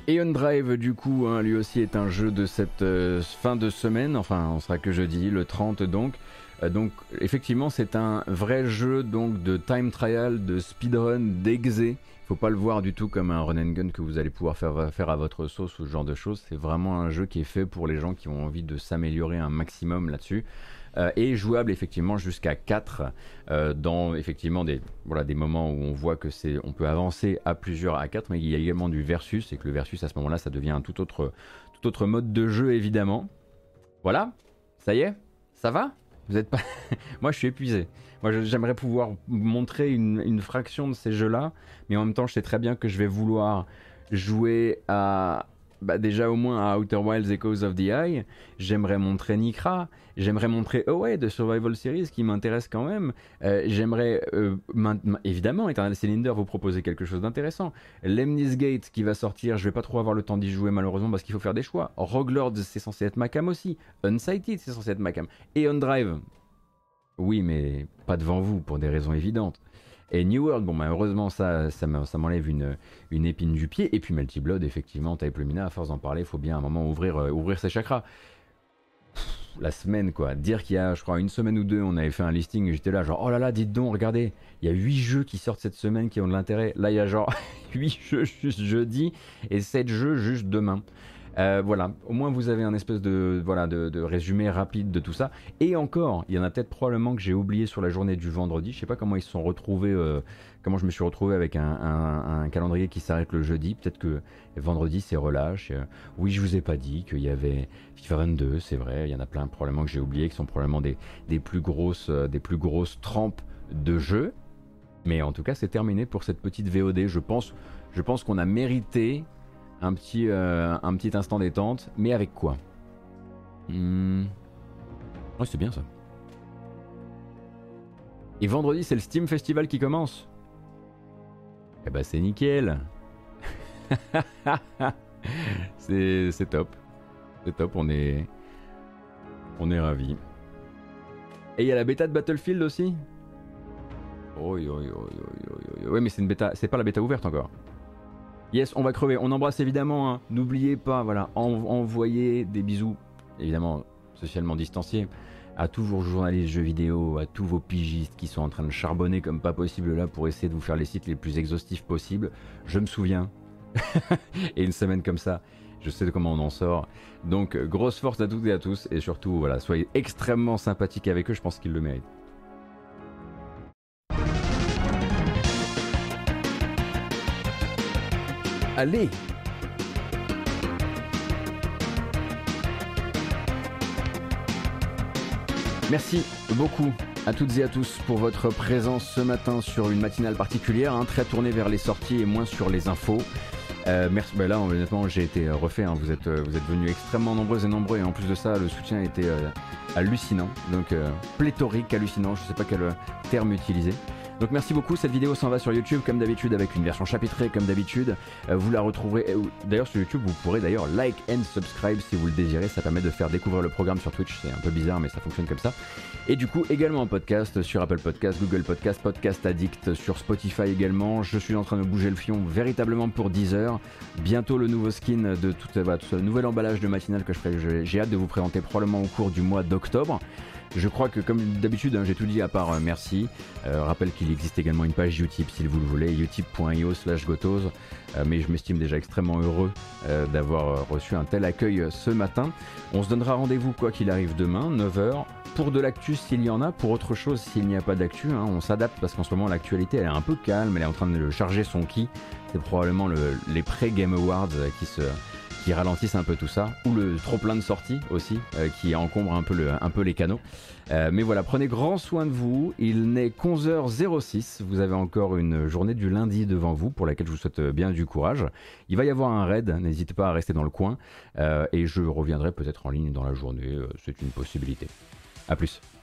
Aeon Drive, du coup, hein, lui aussi est un jeu de cette euh, fin de semaine, enfin on sera que jeudi, le trente donc. Euh, donc effectivement c'est un vrai jeu donc de time trial, de speedrun, d'exé. Faut pas le voir du tout comme un run and gun que vous allez pouvoir faire, faire à votre sauce ou ce genre de choses. C'est vraiment un jeu qui est fait pour les gens qui ont envie de s'améliorer un maximum là-dessus. Euh, et jouable effectivement jusqu'à quatre euh, dans effectivement des, voilà, des moments où on voit que c'est, on peut avancer à plusieurs à quatre, mais il y a également du versus, et que le versus à ce moment-là ça devient un tout autre, tout autre mode de jeu évidemment. Voilà, ça y est, ça va ? Vous êtes pas... Moi je suis épuisé. Moi j'aimerais pouvoir montrer une, une fraction de ces jeux-là, mais en même temps je sais très bien que je vais vouloir jouer à... Bah déjà au moins à Outer Wilds Echoes of the Eye, j'aimerais montrer Nikra, j'aimerais montrer Away de Survival Series qui m'intéresse quand même, euh, j'aimerais euh, évidemment Eternal Cylinder vous proposer quelque chose d'intéressant, Lemnis Gate qui va sortir, je vais pas trop avoir le temps d'y jouer malheureusement parce qu'il faut faire des choix, Rogue Lords c'est censé être ma cam aussi, Unsighted c'est censé être ma cam, Aeon Drive, oui mais pas devant vous pour des raisons évidentes. Et New World, bon bah heureusement ça, ça m'enlève une, une épine du pied. Et puis Melty Blood, effectivement, Type Lumina, à force d'en parler, il faut bien à un moment ouvrir, euh, ouvrir ses chakras. Pff, la semaine quoi, dire qu'il y a je crois une semaine ou deux, on avait fait un listing et j'étais là genre oh là là dites donc, regardez, il y a huit jeux qui sortent cette semaine qui ont de l'intérêt. Là il y a genre huit jeux juste jeudi et sept jeux juste demain. Euh, voilà, au moins vous avez un espèce de, voilà, de, de résumé rapide de tout ça. Et encore, il y en a peut-être probablement que j'ai oublié sur la journée du vendredi. Je sais pas comment ils se sont retrouvés, euh, comment je me suis retrouvé avec un, un, un calendrier qui s'arrête le jeudi. Peut-être que vendredi c'est relâche. Euh, oui, je vous ai pas dit qu'il y avait FIFA vingt-deux, c'est vrai. Il y en a plein probablement que j'ai oublié, qui sont probablement des, des plus grosses, euh, des plus grosses trempes de jeux. Mais en tout cas, c'est terminé pour cette petite V O D. Je pense, je pense qu'on a mérité un petit, euh, un petit instant détente, mais avec quoi hmm. Ouais, c'est bien ça. Et vendredi, c'est le Steam Festival qui commence. Eh bah, c'est nickel. c'est, c'est top. C'est top, on est, on est ravis. Et il y a la bêta de Battlefield aussi. Oh, yo, yo, yo, yo, yo. Ouais, mais c'est une bêta, c'est pas la bêta ouverte encore. Yes, on va crever. On embrasse évidemment. Hein. N'oubliez pas, voilà, en, envoyez des bisous, évidemment socialement distanciés, à tous vos journalistes jeux vidéo, à tous vos pigistes qui sont en train de charbonner comme pas possible là pour essayer de vous faire les sites les plus exhaustifs possibles. Je me souviens. Et une semaine comme ça, je sais de comment on en sort. Donc, grosse force à toutes et à tous. Et surtout, voilà, soyez extrêmement sympathiques avec eux. Je pense qu'ils le méritent. Allez! Merci beaucoup à toutes et à tous pour votre présence ce matin sur une matinale particulière, hein, très tournée vers les sorties et moins sur les infos. Euh, merci. Ben là, honnêtement, j'ai été refait. Hein. Vous êtes, vous êtes venus extrêmement nombreux et nombreux, et en plus de ça, le soutien était euh, hallucinant, donc euh, pléthorique, hallucinant. Je ne sais pas quel terme utiliser. Donc merci beaucoup, cette vidéo s'en va sur YouTube comme d'habitude avec une version chapitrée comme d'habitude. Euh, vous la retrouverez, euh, d'ailleurs sur YouTube vous pourrez d'ailleurs like and subscribe si vous le désirez, ça permet de faire découvrir le programme sur Twitch, c'est un peu bizarre mais ça fonctionne comme ça. Et du coup également en podcast sur Apple Podcast, Google Podcast, Podcast Addict, sur Spotify également. Je suis en train de bouger le fion véritablement pour Deezer. Bientôt le nouveau skin de tout, bah, tout ce nouvel emballage de matinale que je ferai, j'ai hâte de vous présenter probablement au cours du mois d'octobre. Je crois que comme d'habitude, hein, j'ai tout dit à part euh, merci. Euh, rappelle qu'il existe également une page Utip si vous le voulez, utip point io slash gotos. Euh, mais je m'estime déjà extrêmement heureux euh, d'avoir euh, reçu un tel accueil euh, ce matin. On se donnera rendez-vous quoi qu'il arrive demain, neuf heures, pour de l'actu s'il y en a, pour autre chose s'il n'y a pas d'actu. Hein, on s'adapte parce qu'en ce moment l'actualité elle est un peu calme, elle est en train de charger son ki. C'est probablement le, les pré-Game Awards euh, qui se... qui ralentissent un peu tout ça, ou le trop plein de sorties aussi, euh, qui encombre un peu, le, un peu les canaux. Euh, mais voilà, prenez grand soin de vous, il n'est qu'onze heures zéro six, vous avez encore une journée du lundi devant vous, pour laquelle je vous souhaite bien du courage. Il va y avoir un raid, n'hésitez pas à rester dans le coin, euh, et je reviendrai peut-être en ligne dans la journée, euh, c'est une possibilité. A plus.